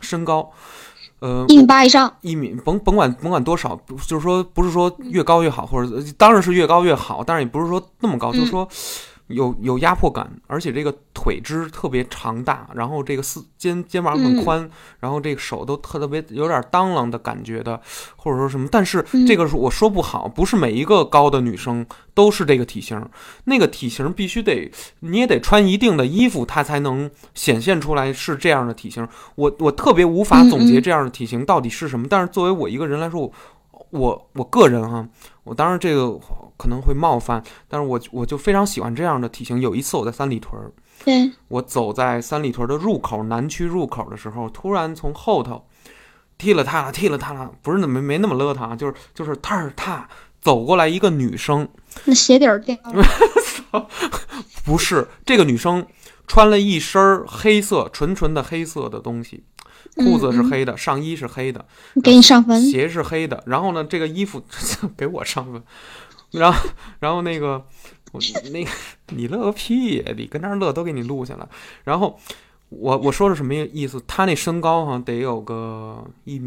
1.8米以上 ，1米甭管多少，就是说不是说越高越好，或者当然是越高越好，但是也不是说那么高，就是说有压迫感，而且这个腿肢特别长大，然后这个肩膀很宽，然后这个手都特别有点当啷的感觉的，或者说什么，但是这个我说不好，不是每一个高的女生都是这个体型，那个体型必须你也得穿一定的衣服，它才能显现出来是这样的体型。我特别无法总结这样的体型到底是什么，但是作为我一个人来说，我个人哈，我当然这个可能会冒犯，但是我就非常喜欢这样的体型。有一次我在三里屯，我走在三里屯的入口南区入口的时候，突然从后头踢了踏了，不是没那么勒他，就是踏走过来一个女生， 那鞋底儿掉了， 不是，这个女生穿了一身黑色纯的黑色的东西。裤子是黑的，上衣是黑的， 给你上分， 鞋是黑的，然后呢，这个衣服给我上分，然后那个你乐个屁呀！你跟那儿乐都给你录下来。然后我说的什么意思？他那身高哈得有个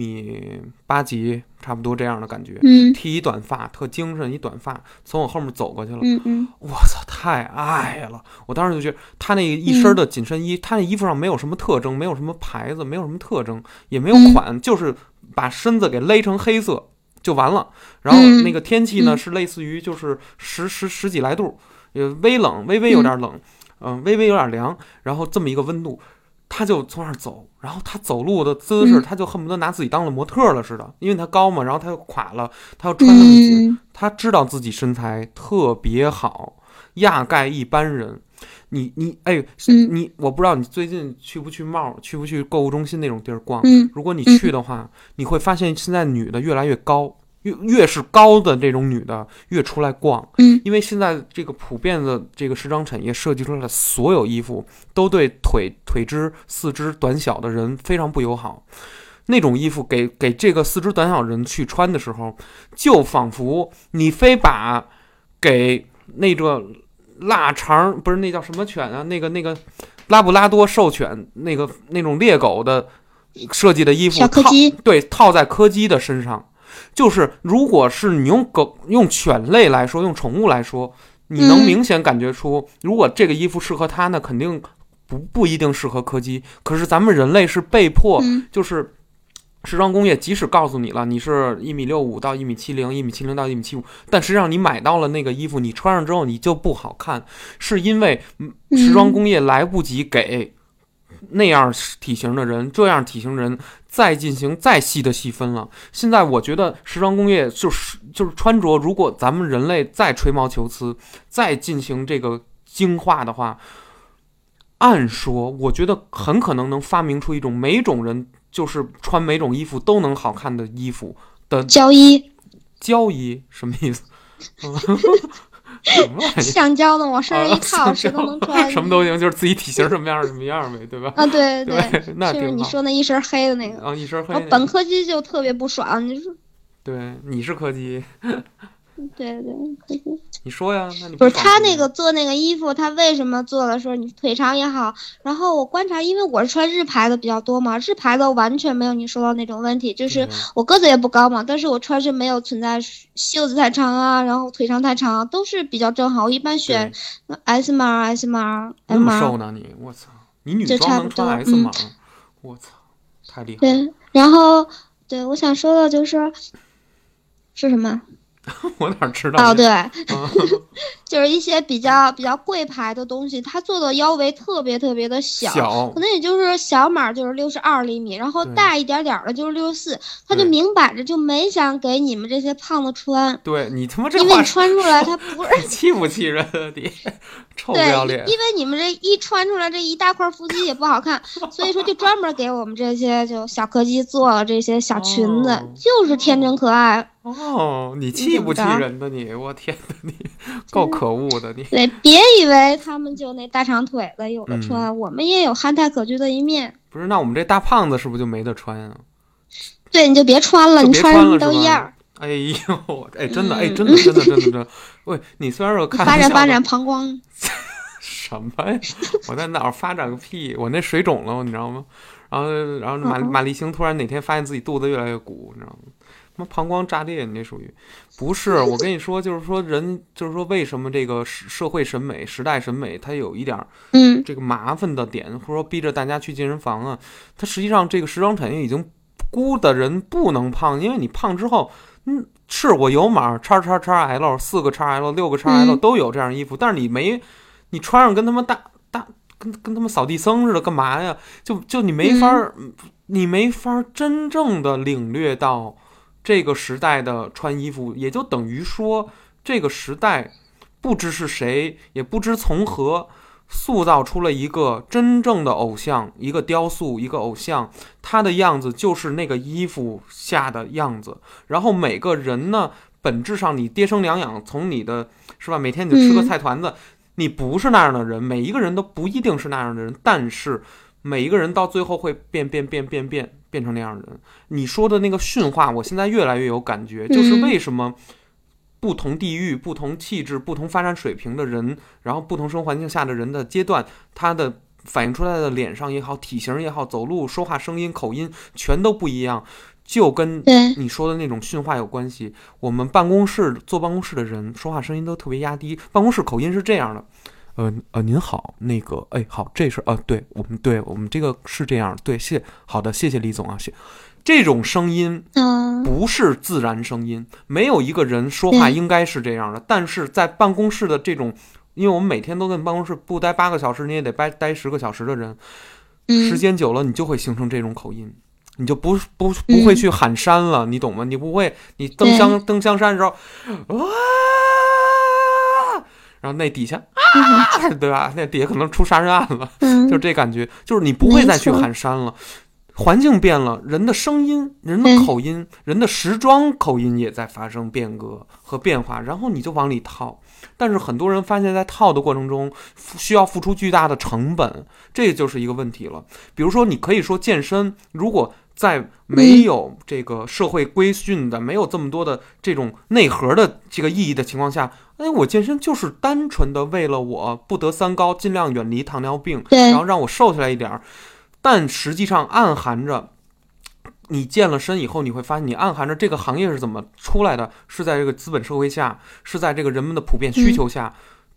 1.8米，差不多这样的感觉。剃一短发，特精神，一短发从我后面走过去了。我操，太爱了！我当时就觉得他那一身的紧身衣，他那衣服上没有什么特征，没有什么牌子，没有什么特征，也没有款，就是把身子给勒成黑色就完了。然后那个天气呢是类似于就是十几来度，微冷，微微有点冷。微微有点凉，然后这么一个温度，他就从那儿走，然后他走路的姿势，他就恨不得拿自己当了模特了似的，因为他高嘛，然后他又垮了，他又穿那么紧，他知道自己身材特别好，压盖一般人。我不知道你最近去不去购物中心那种地儿逛，如果你去的话，你会发现现在女的越来越高。越是高的这种女的越出来逛，因为现在这个普遍的这个时装产业设计出来的所有衣服都对腿肢四肢短小的人非常不友好。那种衣服给这个四肢短小的人去穿的时候，就仿佛你非把给那个腊肠不是那叫什么犬啊，那个拉布拉多兽犬那种猎狗的设计的衣服套在柯基的身上。就是如果是你用犬类来说，用宠物来说，你能明显感觉出，如果这个衣服适合它，那肯定不一定适合柯基。可是咱们人类是被迫，就是时装工业即使告诉你了你是1.65米到1.70米，1.70米到1.75米，但实际上你买到了那个衣服，你穿上之后你就不好看，是因为时装工业来不及给那样体型的人、这样体型的人再进行再细的细分了。现在我觉得时装工业就是穿着，如果咱们人类再吹毛求疵，再进行这个精化的话，按说我觉得很可能能发明出一种每种人就是穿每种衣服都能好看的衣服的胶衣。 胶衣什么意思？ 橡胶的往身上一套，谁都能穿， 什么都行，就是自己体型什么样什么样呗，对吧？ 啊，对对，那就是你说那一身黑的那个啊，一身黑。 本科技就特别不爽，你说？ 对，你是柯基。 对，柯基。 你说呀，那你不是他那个做那个衣服，他为什么做了说你腿长也好？然后我观察，因为我是穿日牌的比较多嘛，日牌的完全没有你说到那种问题，就是我个子也不高嘛，但是我穿是没有存在袖子太长啊，然后腿长太长啊，都是比较正好。我一般选 S 码 S 码。 那么瘦呢你？我操！你女装能穿 S 码？我操，太厉害了。 对，然后对我想说的就是什么？ 我哪知道？ 哦，对，就是一些比较贵牌的东西，它做的腰围特别特别的小，可能也就是小码就是62厘米，然后大一点点的就是64，他就明摆着就没想给你们这些胖子穿。 对你他妈这因为你穿出来它不是气不气人啊你？臭不要脸！ 因为你们这一穿出来这一大块腹肌也不好看，所以说就专门给我们这些就小柯基做了这些小裙子，就是天真可爱。 哦，你气不气人的你？我天哪，你够可恶的你！ 对，别以为他们就那大长腿的有的穿，我们也有憨态可掬的一面。 不是，那我们这大胖子是不是就没得穿啊？ 对，你就别穿了，你穿什么都一样。 哎呦，哎，真的，哎，真的，喂，你虽然是看发展膀胱。 什么呀？我在哪儿发展个屁？我那水肿了，你知道吗？然后马立星突然哪天发现自己肚子越来越鼓，你知道吗？什么膀胱炸裂？你这属于不是？我跟你说，就是说人，就是说为什么这个社会审美、时代审美，它有一点这个麻烦的点，或者说逼着大家去健身房啊，它实际上这个时装产业已经估的人不能胖，因为你胖之后，是我有码XXXL 4个 XL 6个 XL 都有这样衣服，但是你穿上跟他们跟他们扫地僧似的，干嘛呀？就你没法真正的领略到这个时代的穿衣服，也就等于说这个时代不知是谁，也不知从何塑造出了一个真正的偶像，一个雕塑，一个偶像，他的样子就是那个衣服下的样子。然后每个人呢，本质上你爹生娘养，从你的是吧，每天你就吃个菜团子，你不是那样的人，每一个人都不一定是那样的人，但是每一个人到最后会变成那样的人。你说的那个驯化，我现在越来越有感觉，就是为什么不同地域、不同气质、不同发展水平的人，然后不同生活环境下的人的阶段，他的反映出来的脸上也好，体型也好，走路、说话声音、口音全都不一样，就跟你说的那种驯化有关系。我们坐办公室的人说话声音都特别压低，办公室口音是这样的。您好，那个，哎，好，这是对我们这个是这样，对，好的，谢谢李总啊，这种声音不是自然声音，没有一个人说话应该是这样的，但是在办公室的这种，因为我们每天都跟办公室不待8个小时，你也得待10个小时的人，时间久了，你就会形成这种口音。你就不会去喊山了，你懂吗？你不会，你登香山的时候，哇，然后那底下对吧？那底下可能出杀人案了，就这感觉，就是你不会再去喊山了。环境变了，人的声音、人的口音、人的时装口音也在发生变革和变化，然后你就往里套。但是很多人发现在套的过程中需要付出巨大的成本，这就是一个问题了。比如说你可以说健身，如果在没有这个社会规训的，没有这么多的这种内核的这个意义的情况下，我健身就是单纯的为了我不得三高，尽量远离糖尿病，然后让我瘦下来一点。但实际上暗含着你健了身以后，你会发现你暗含着这个行业是怎么出来的，是在这个资本社会下，是在这个人们的普遍需求下，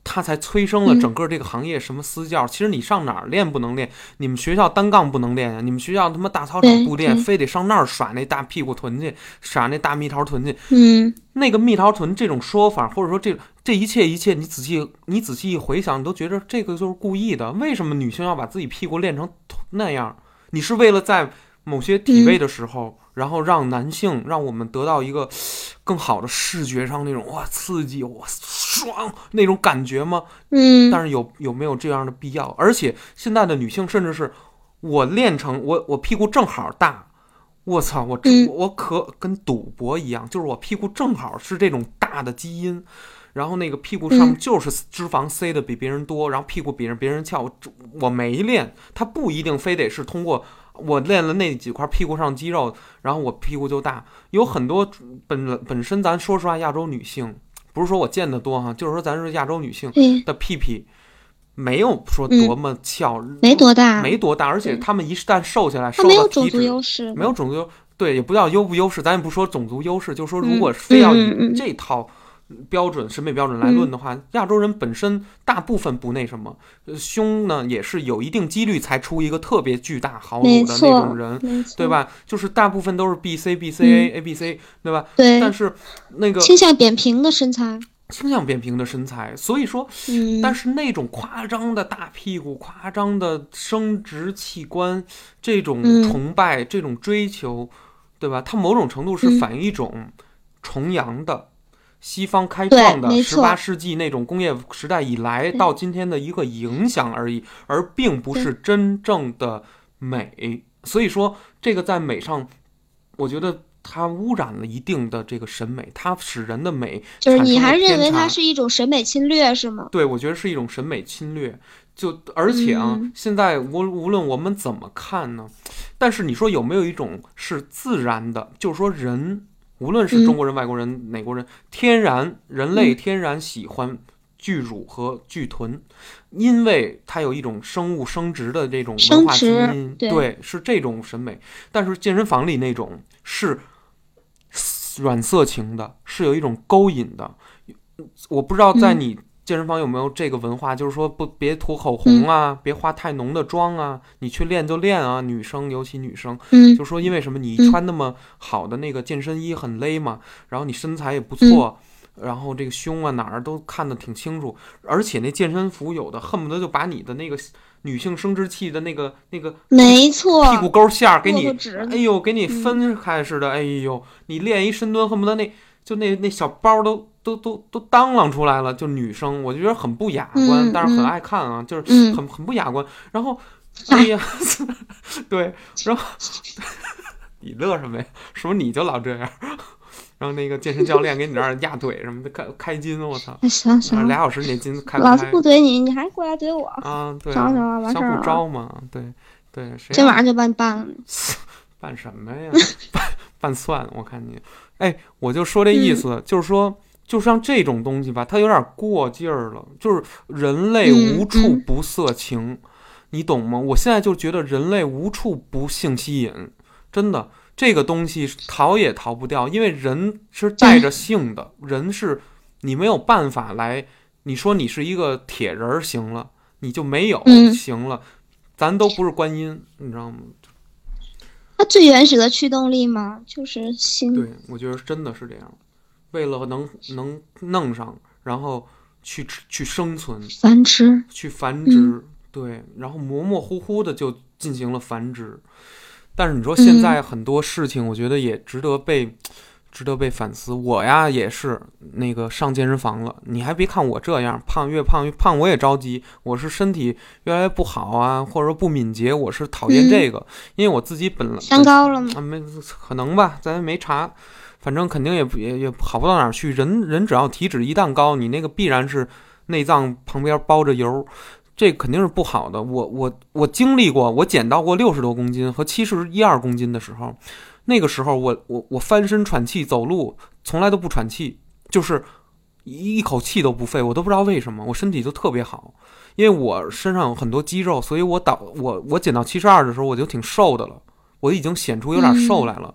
它才催生了整个这个行业。什么私教，其实你上哪儿练不能练？你们学校单杠不能练呀，你们学校他妈大操场不练，非得上那儿耍那大屁股臀去，耍那大蜜桃臀去。那个蜜桃臀这种说法，或者说这一切，你仔细一回想，你都觉得这个就是故意的。为什么女性要把自己屁股练成那样？你是为了在某些体位的时候，然后让我们得到一个更好的视觉上那种哇刺激哇爽那种感觉吗？但是有没有这样的必要？而且现在的女性甚至是我练成我屁股正好大，我操我可跟赌博一样，就是我屁股正好是这种大的基因。然后那个屁股上就是脂肪塞的比别人多，然后屁股比别人翘。我没练，它不一定非得是通过我练了那几块屁股上肌肉，然后我屁股就大。有很多本身咱说实话，亚洲女性不是说我见得多哈，就是说咱是亚洲女性的屁屁没有说多么翘，没多大，而且他们一旦瘦下来， 它没有种族优势， 没有种族优势，对，也不叫优不优势，咱也不说种族优势，就说如果非要以这套标准审美标准来论的话，亚洲人本身大部分不那什么，胸呢也是有一定几率才出一个特别巨大好乳的那种人，对吧？就是大部分都是 BC、BCA、ABC， 对吧？ 对。 但是那个倾向扁平的身材， 所以说，但是那种夸张的大屁股、夸张的生殖器官，这种崇拜、这种追求，对吧？它某种程度是反映一种崇洋的。西方开创的18世纪那种工业时代以来到今天的一个影响而已，而并不是真正的美。所以说这个在美上我觉得它污染了一定的这个审美，它使人的美就是你还认为它是一种审美侵略是吗？ 对，我觉得是一种审美侵略。而且现在无论我们怎么看呢，但是你说有没有一种是自然的，就是说人无论是中国人、外国人、哪国人，人类天然喜欢巨乳和巨臀，因为它有一种生物生殖的这种文化基因，对，是这种审美。但是健身房里那种是软色情的，是有一种勾引的。我不知道在你健身房有没有这个文化，就是说别涂口红啊，别化太浓的妆啊，你去练就练啊，女生尤其女生，就说因为什么你穿那么好的那个健身衣很勒嘛，然后你身材也不错，然后这个胸啊哪儿都看得挺清楚，而且那健身服有的恨不得就把你的那个女性生殖器的那个没错屁股沟线给你哎呦给你分开似的，哎呦你练一深蹲恨不得那小包都当啷出来了，就女生我觉得很不雅观，但是很爱看啊，就是很不雅观。然后哎呀对，然后你乐什么呀？是不是你就老这样？然后那个健身教练给你这儿压腿什么的开筋，我操！ 行 2小时你那筋开不开？老子不怼你，你还过来怼我啊？对， 行了，完事儿了， 相互招嘛，对， 今晚上就把你办了。 办什么呀？办算，我看你。哎，我就说这意思，就是说，就像这种东西吧，它有点过劲儿了。就是人类无处不色情，你懂吗？我现在就觉得人类无处不性吸引，真的，这个东西逃也逃不掉，因为人是带着性的，人是你没有办法来，你说你是一个铁人行了，你就没有行了，咱都不是观音，你知道吗？ 它最原始的驱动力嘛，就是心。 对，我觉得真的是这样，为了能弄上，然后去生存、去繁殖，对，然后模模糊糊的就进行了繁殖。但是你说现在很多事情，我觉得也值得被反思。我呀也是那个上健身房了，你还别看我这样越胖我也着急，我是身体越来越不好啊，或者说不敏捷，我是讨厌这个，因为我自己本来三高了吗？ 没可能吧，咱没查，反正肯定也好不到哪儿去。人只要体脂一旦高，你那个必然是内脏旁边包着油。这肯定是不好的。我经历过，我减到过60多公斤和71-2公斤的时候，那个时候我翻身喘气走路从来都不喘气，就是一口气都不费，我都不知道为什么，我身体就特别好，因为我身上有很多肌肉，所以我减到72的时候我就挺瘦的了，我已经显出有点瘦来了。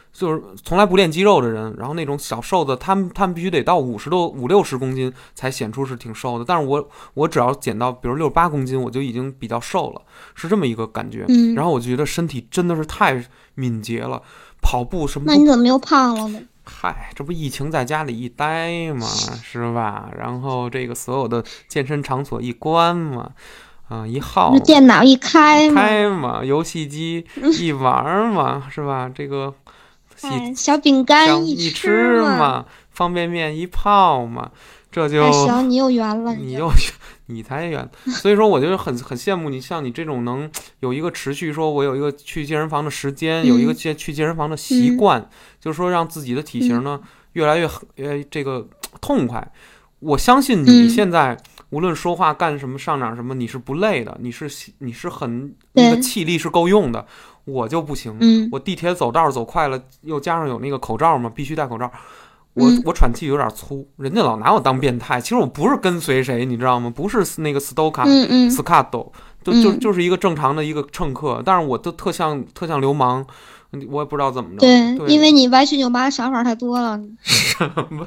就是从来不练肌肉的人，然后那种小瘦子，他们必须得到50-60公斤才显出是挺瘦的。但是我只要减到比如68公斤，我就已经比较瘦了，是这么一个感觉。然后我觉得身体真的是太敏捷了，跑步什么。 那你怎么又胖了呢？ 嗨，这不疫情在家里一待嘛，是吧？然后这个所有的健身场所一关嘛。一耗电脑一开嘛，游戏机一玩嘛，是吧？这个小饼干一吃嘛，方便面一泡嘛，这就行，你又圆了， 你才圆。所以说，我就很羡慕你，像你这种能有一个持续，说我有一个去健身房的时间，有一个去健身房的习惯，就是说让自己的体型呢越来越这个痛快。我相信你现在。无论说话干什么上哪什么，你是不累的，你是很那个气力是够用的，我就不行。我地铁走道走快了，又加上有那个口罩嘛，必须戴口罩，我喘气有点粗，人家老拿我当变态。其实我不是跟随谁，你知道吗？不是那个 Stocado，就是一个正常的一个乘客，但是我都特像流氓。我也不知道怎么着。 对，因为你歪曲扭八想法太多了。 什么？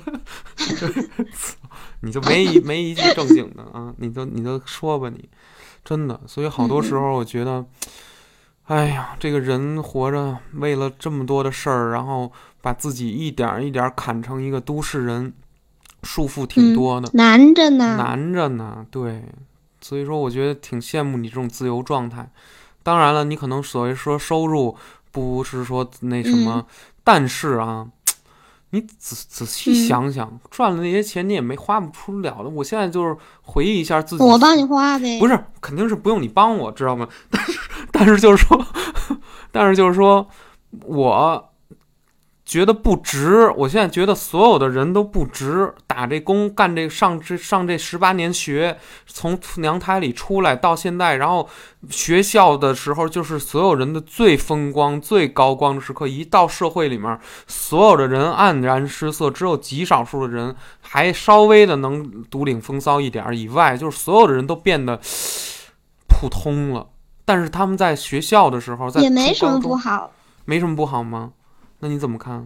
你就没一句正经的啊！你就说吧，你真的。所以好多时候我觉得，哎呀，这个人活着为了这么多的事儿，然后把自己一点一点砍成一个都市人，束缚挺多的， 难着呢。对，所以说我觉得挺羡慕你这种自由状态。当然了，你可能所谓说收入。不是说那什么，但是啊，你仔细想想，赚了那些钱你也没花不出了的。我现在就是回忆一下自己， 我帮你花呗。 不是，肯定是不用你帮我，知道吗？但是就是说，我觉得不值。我现在觉得所有的人都不值，打这工干这上这18年学，从娘胎里出来到现在，然后学校的时候就是所有人的最风光最高光的时刻，一到社会里面，所有的人黯然失色，只有极少数的人还稍微的能独领风骚一点以外，就是所有的人都变得普通了。但是他们在学校的时候，在也没什么不好， 没什么不好吗？那你怎么看？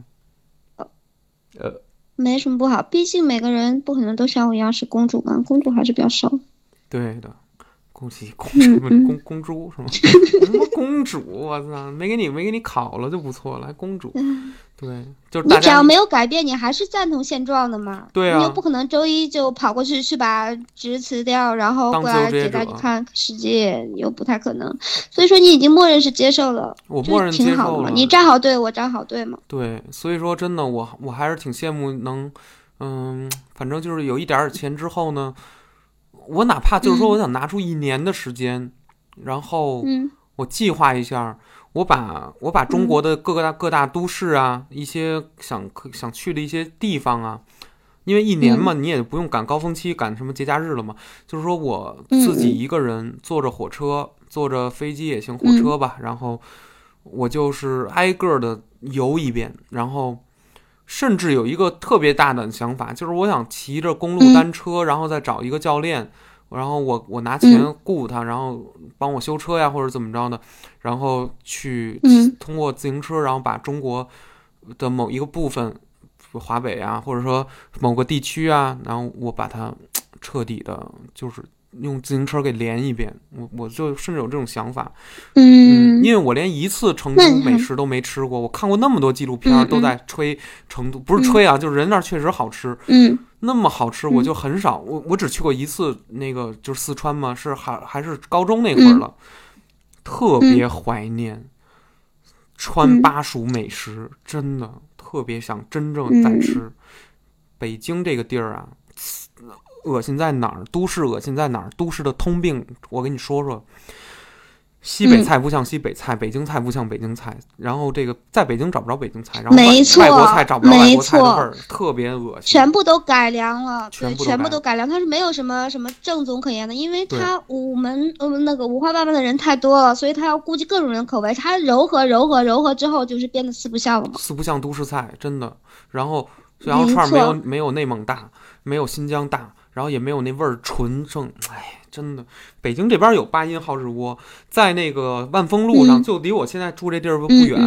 没什么不好，毕竟每个人不可能都像我一样是公主嘛，公主还是比较少。 对的，公猪是吗？什么公主？我操，没给你考了就不错了，还公主。对，就是你只要没有改变，你还是赞同现状的嘛。 对啊， 你又不可能周一就跑过去把职辞掉，然后过来给大家看世界，又不太可能。所以说你已经默认是接受了， 我默认接受了。 你站好队，我站好队嘛。 对，所以说真的，我还是挺羡慕能，反正就是有一点钱之后呢，我哪怕就是说我想拿出1年的时间，然后我计划一下。我把中国的各大都市啊，一些想去的一些地方啊，因为1年嘛，你也不用赶高峰期，赶什么节假日了嘛。就是说我自己一个人坐着火车，坐着飞机也行，火车吧，然后我就是挨个的游一遍，然后甚至有一个特别大的想法，就是我想骑着公路单车，然后再找一个教练。然后我拿钱雇他，然后帮我修车呀，或者怎么着的，然后去通过自行车，然后把中国的某一个部分，华北啊，或者说某个地区啊，然后我把它彻底的，就是用自行车给连一遍。我就甚至有这种想法，因为我连一次成都美食都没吃过，我看过那么多纪录片都在吹成都，不是吹啊，就是人那儿确实好吃，那么好吃，我就很少，我只去过一次，那个就是四川嘛，是还是高中那会儿了，特别怀念川巴蜀美食，真的特别想真正再吃。北京这个地儿啊，恶心在哪儿？都市恶心在哪儿？都市的通病，我跟你说说。西北菜不像西北菜，北京菜不像北京菜，然后这个在北京找不着北京菜，然后外国菜找不着外国菜的味儿，特别恶心。 全部都改良了，对，全部都改良，它是没有什么正宗可言的，因为它我们那个五花八门的人太多了，所以它要顾及各种人口味，它糅合之后，就是变得四不像了嘛。 四不像都市菜，真的。然后羊肉串没有内蒙大，没有新疆大，然后也没有那味儿纯正，哎。真的，北京这边有8音号日窝，在那个万丰路上，就离我现在住这地儿不远，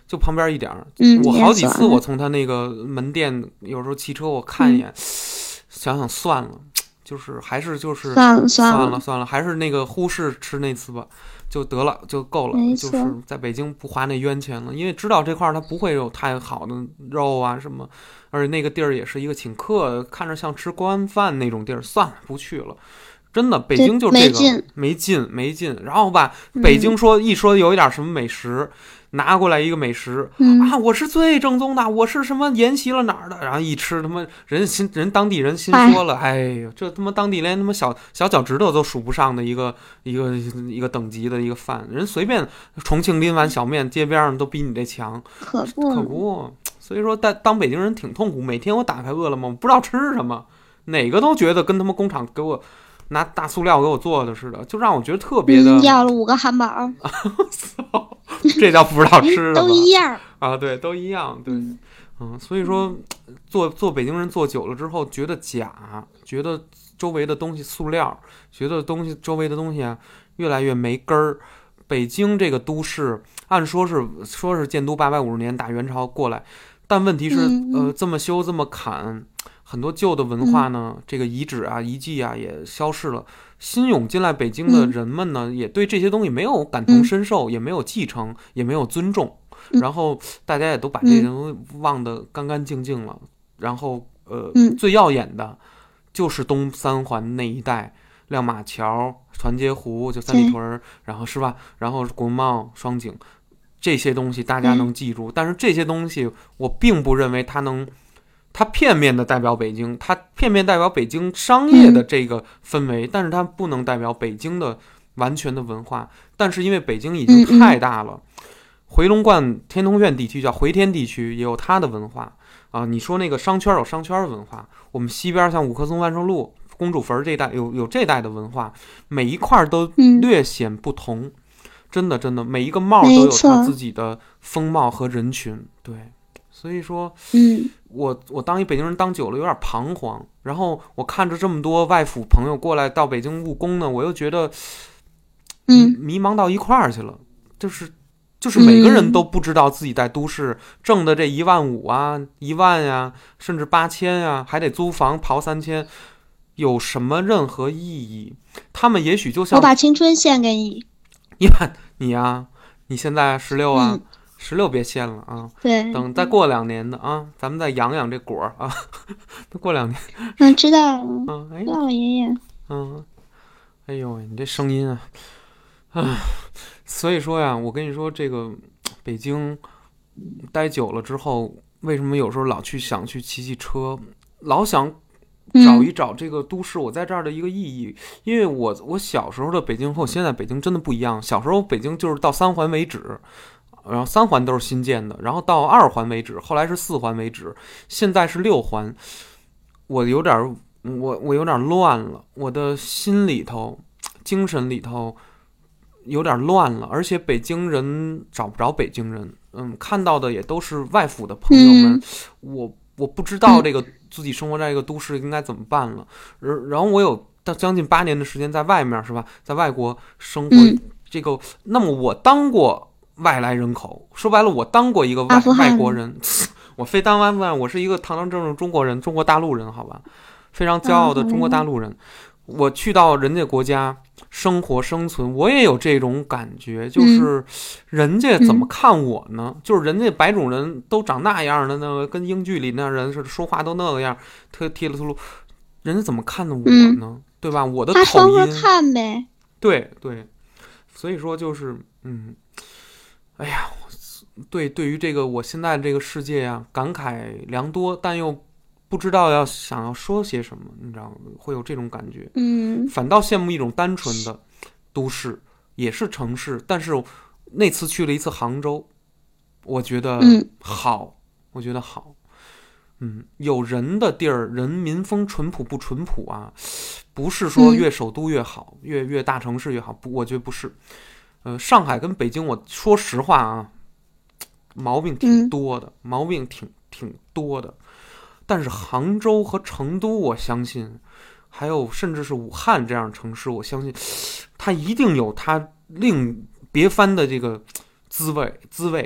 就旁边一点。我好几次我从他那个门店，有时候骑车我看一眼，想想算了，就是还是就是算了，还是那个呼市吃那次吧，就得了，就够了。就是在北京不花那冤钱了，因为知道这块它不会有太好的肉啊什么，而且那个地儿也是一个请客，看着像吃官饭那种地儿，算了，不去了。真的，北京就这个没劲。然后吧，北京一说有一点什么美食，拿过来一个美食啊，我是最正宗的，我是什么沿袭了哪儿的，然后一吃他妈人当地人心说了，哎呦，这他妈当地连他妈小脚趾头都数不上的一个等级的一个饭，人随便重庆拎碗小面，街边上都比你这强，可不。所以说当北京人挺痛苦，每天我打开饿了么，我不知道吃什么，哪个都觉得跟他们工厂给我拿大塑料给我做的似的，就让我觉得特别的。 要了5个汉堡， 这叫不知道吃的都一样啊，对，都一样，对，所以说做北京人做久了之后，觉得假，觉得周围的东西塑料，觉得周围的东西啊越来越没根儿。北京这个都市，按说是建都850年打元朝过来，但问题是这么修这么砍。很多旧的文化呢，这个遗址啊、遗迹啊也消失了。新涌进来北京的人们呢，也对这些东西没有感同身受，也没有继承，也没有尊重。然后大家也都把这些东西忘得干干净净了。然后最耀眼的就是东三环那一带，亮马桥、团结湖，就三里屯，然后是吧？然后国贸、双井，这些东西大家能记住。但是这些东西，我并不认为它片面的代表北京，它片面代表北京商业的这个氛围，但是它不能代表北京的完全的文化。但是因为北京已经太大了，回龙观天通苑地区叫回天地区，也有它的文化啊。你说那个商圈有商圈文化，我们西边像五棵松万寿路、公主坟这一带有这带的文化，每一块都略显不同。真的，每一个帽都有它自己的风貌和人群，对。所以说，我当一北京人当久了有点彷徨，然后我看着这么多外府朋友过来到北京务工呢，我又觉得，迷茫到一块儿去了，就是每个人都不知道自己在都市挣的这15000啊、1万呀，甚至8000呀，还得租房刨3000，有什么任何意义？他们也许就像我把青春献给你， 你呀，你现在16啊。16别献了啊！ 对， 等再过2年的啊，咱们再养养这果啊。再过2年， 知道了。 知道了，爷爷。 哎呦，你这声音啊，所以说呀，我跟你说，这个北京待久了之后，为什么有时候想去骑车，老想找一找这个都市我在这儿的一个意义？因为我小时候的北京和我现在北京真的不一样。小时候北京就是到3环为止。然后3环都是新建的，然后到2环为止，后来是4环为止，现在是6环。我有点乱了，我的心里头、精神里头有点乱了，而且北京人找不着北京人，看到的也都是外府的朋友们，我不知道这个自己生活在这个都市应该怎么办了。然后我有将近8年的时间在外面，是吧，在外国生活，这个那么我当过外来人口，说白了，我当过一个外国人，我非当完，我是一个堂堂正正中国人，中国大陆人，好吧，非常骄傲的中国大陆人。我去到人家国家生活生存，我也有这种感觉，就是人家怎么看我呢？就是人家白种人都长那样的，那个跟英剧里那人似的，说话都那个样，特贴了秃噜，人家怎么看的我呢？对吧？我的口音， 他看呗。 对，所以说就是，哎呀，对于这个我现在这个世界呀，感慨良多，但又不知道想要说些什么，你知道吗？会有这种感觉。反倒羡慕一种单纯的都市，也是城市。但是那次去了一次杭州，我觉得好，我觉得好。有人的地儿，人民风淳朴不淳朴啊？不是说越首都越好，越大城市越好，不，我觉得不是。上海跟北京，我说实话啊，毛病挺多的，毛病挺多的。但是杭州和成都，我相信，还有甚至是武汉这样的城市，我相信它一定有它另别番的这个滋味。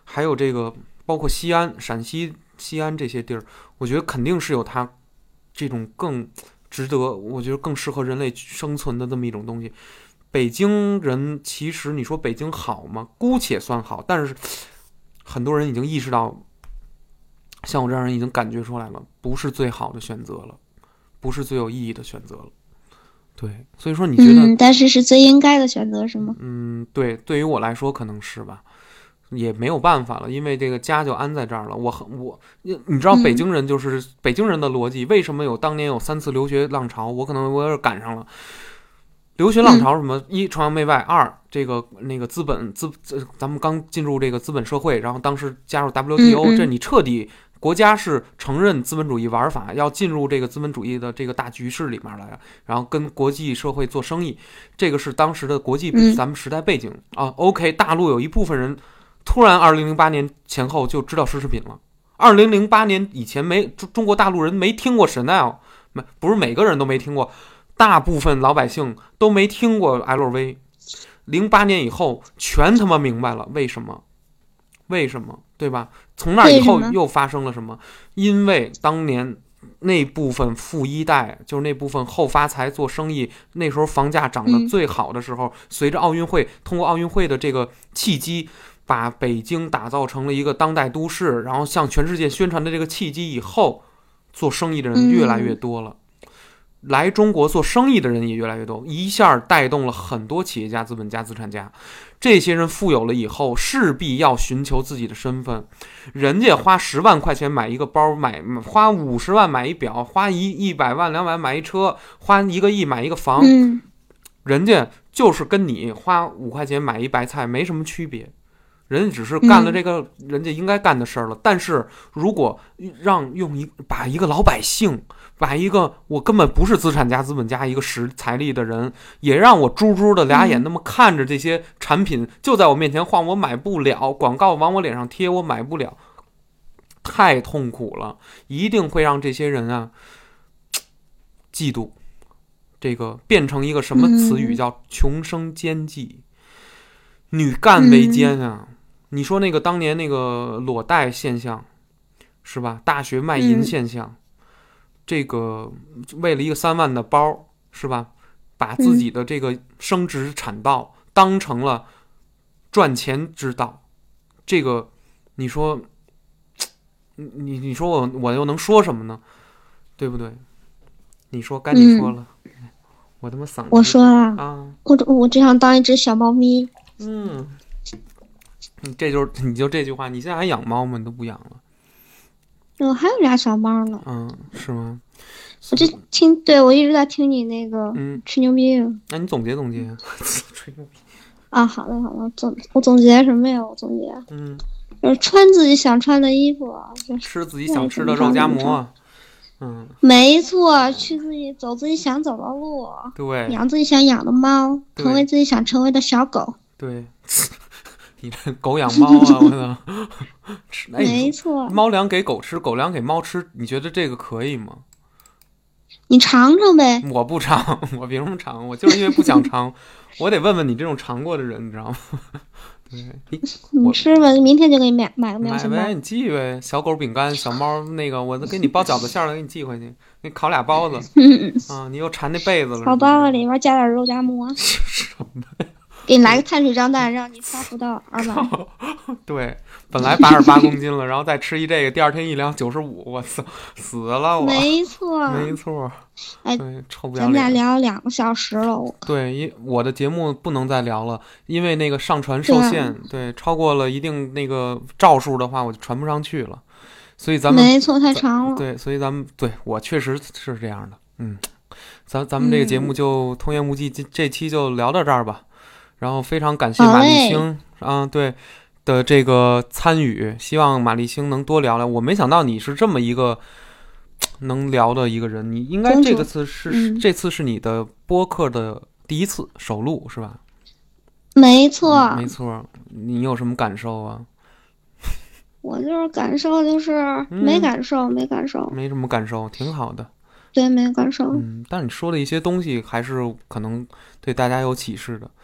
还有这个包括西安、陕西西安这些地儿，我觉得肯定是有它这种更值得，我觉得更适合人类生存的这么一种东西。北京人其实你说北京好吗？姑且算好，但是很多人已经意识到，像我这样人已经感觉出来了，不是最好的选择了，不是最有意义的选择了。对，所以说你觉得， 但是是最应该的选择是吗？ 对，对于我来说可能是吧，也没有办法了，因为这个家就安在这儿了。你知道北京人就是北京人的逻辑，为什么当年有3次留学浪潮？我也是赶上了。留学浪潮什么？一崇洋媚外，二这个那个咱们刚进入这个资本社会，然后当时加入 WTO，这你彻底国家是承认资本主义玩法，要进入这个资本主义的这个大局势里面来，然后跟国际社会做生意，这个是当时的国际咱们时代背景啊。OK， 大陆有一部分人突然2008年前后就知道奢侈品了。2008年以前中国大陆人没听过 Chanel， 不是每个人都没听过。大部分老百姓都没听过 LV， 08年以后全他妈明白了为什么，对吧？从那以后又发生了什么？因为当年那部分富一代，就是那部分后发财做生意，那时候房价涨得最好的时候，随着奥运会，通过奥运会的这个契机，把北京打造成了一个当代都市，然后向全世界宣传的这个契机以后，做生意的人越来越多了。来中国做生意的人也越来越多，一下带动了很多企业家、资本家、资产家。这些人富有了以后，势必要寻求自己的身份。人家花10万块钱买一个包，花50万买一表，花100万200万买一车，花1个亿买一个房，人家就是跟你花5块钱买一白菜没什么区别。人家只是干了这个人家应该干的事儿了。但是如果把一个老百姓，把一个我根本不是资产家、资本家一个识财力的人，也让我猪猪的俩眼那么看着这些产品就在我面前晃，我买不了，广告往我脸上贴，我买不了，太痛苦了，一定会让这些人啊嫉妒。这个变成一个什么词语叫穷生奸计，女干为奸啊。你说那个当年那个裸贷现象是吧？大学卖淫现象，这个为了一个3万的包是吧？把自己的这个生殖产道当成了赚钱之道，这个你说，你说我又能说什么呢？对不对？你说该你说了，我他妈嗓子。 我说啊，我只想当一只小猫咪。 你就这句话，你现在还养猫吗？你都不养了。 我还有俩小猫呢。 是吗？ 我一直在听你那个吹牛逼。 那你总结总结。吹牛逼啊！好的，我总结什么呀？我总结就是穿自己想穿的衣服， 吃自己想吃的肉夹馍。 没错，走自己想走的路， 对， 养自己想养的猫，成为自己想成为的小狗。 对。你这狗养猫啊！我操， 没错， 猫粮给狗吃，狗粮给猫吃，你觉得这个可以吗？ 你尝尝呗。 我不尝，我凭什么尝？我就是因为不想尝，我得问问你这种尝过的人，你知道吗？对， 你吃吧，明天就给你买个面呗，你寄呗，小狗饼干，小猫那个，我给你包饺子馅儿的，给你寄回去，给你烤俩包子。你又馋那被子了。 烤包子里边加点肉夹馍。 什么呀？ 给你来个碳水账单，让你发不到200。 对，本来88公斤了，然后再吃这个，第二天一量95，我操，死了我。 没错。 对，臭不要脸。 咱俩聊2个小时了。 对，我的节目不能再聊了，因为那个上传受限，对，超过了一定那个兆数的话，我就传不上去了。所以咱们没错，太长了。 对，所以咱们我确实是这样的。咱们这个节目就童言无忌，这期就聊到这儿吧。然后非常感谢马丽星对的这个参与，希望马丽星能多聊聊。我没想到你是这么一个能聊的一个人，你应该这次是你的播客的第一次首录是吧？ 没错， 没错。你有什么感受啊？ 我就是感受就是没感受，没什么感受，挺好的。 对，没感受。 但你说的一些东西还是可能对大家有启示的。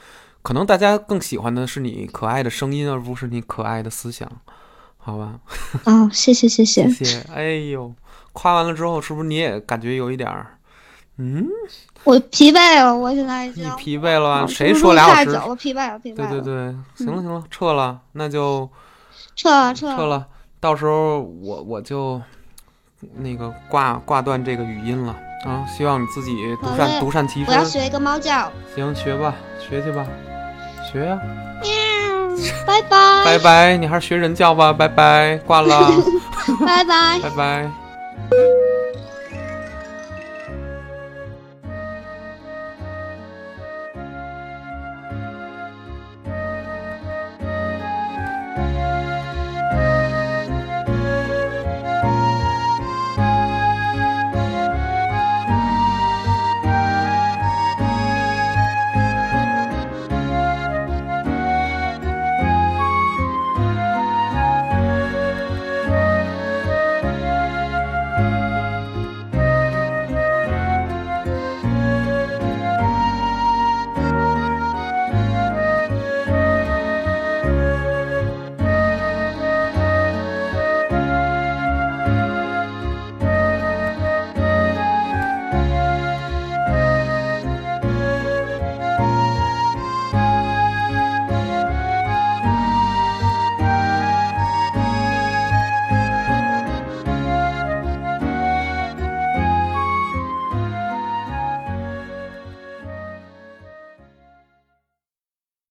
可能大家更喜欢的是你可爱的声音，而不是你可爱的思想，好吧？ 哦，谢谢。 谢谢。哎呦，夸完了之后，是不是你也感觉有一点儿？ 我疲惫了，我现在已经。 你疲惫了？谁说2小时？ 太久了，疲惫了。 对，行了，撤了，那就撤了。到时候我就那个挂断这个语音了啊！希望你自己独善其身。 我要学一个猫叫。 行，学吧，学去吧，学呀。 拜拜。 拜拜，你还是学人叫吧。拜拜，挂了。 拜拜。 拜拜。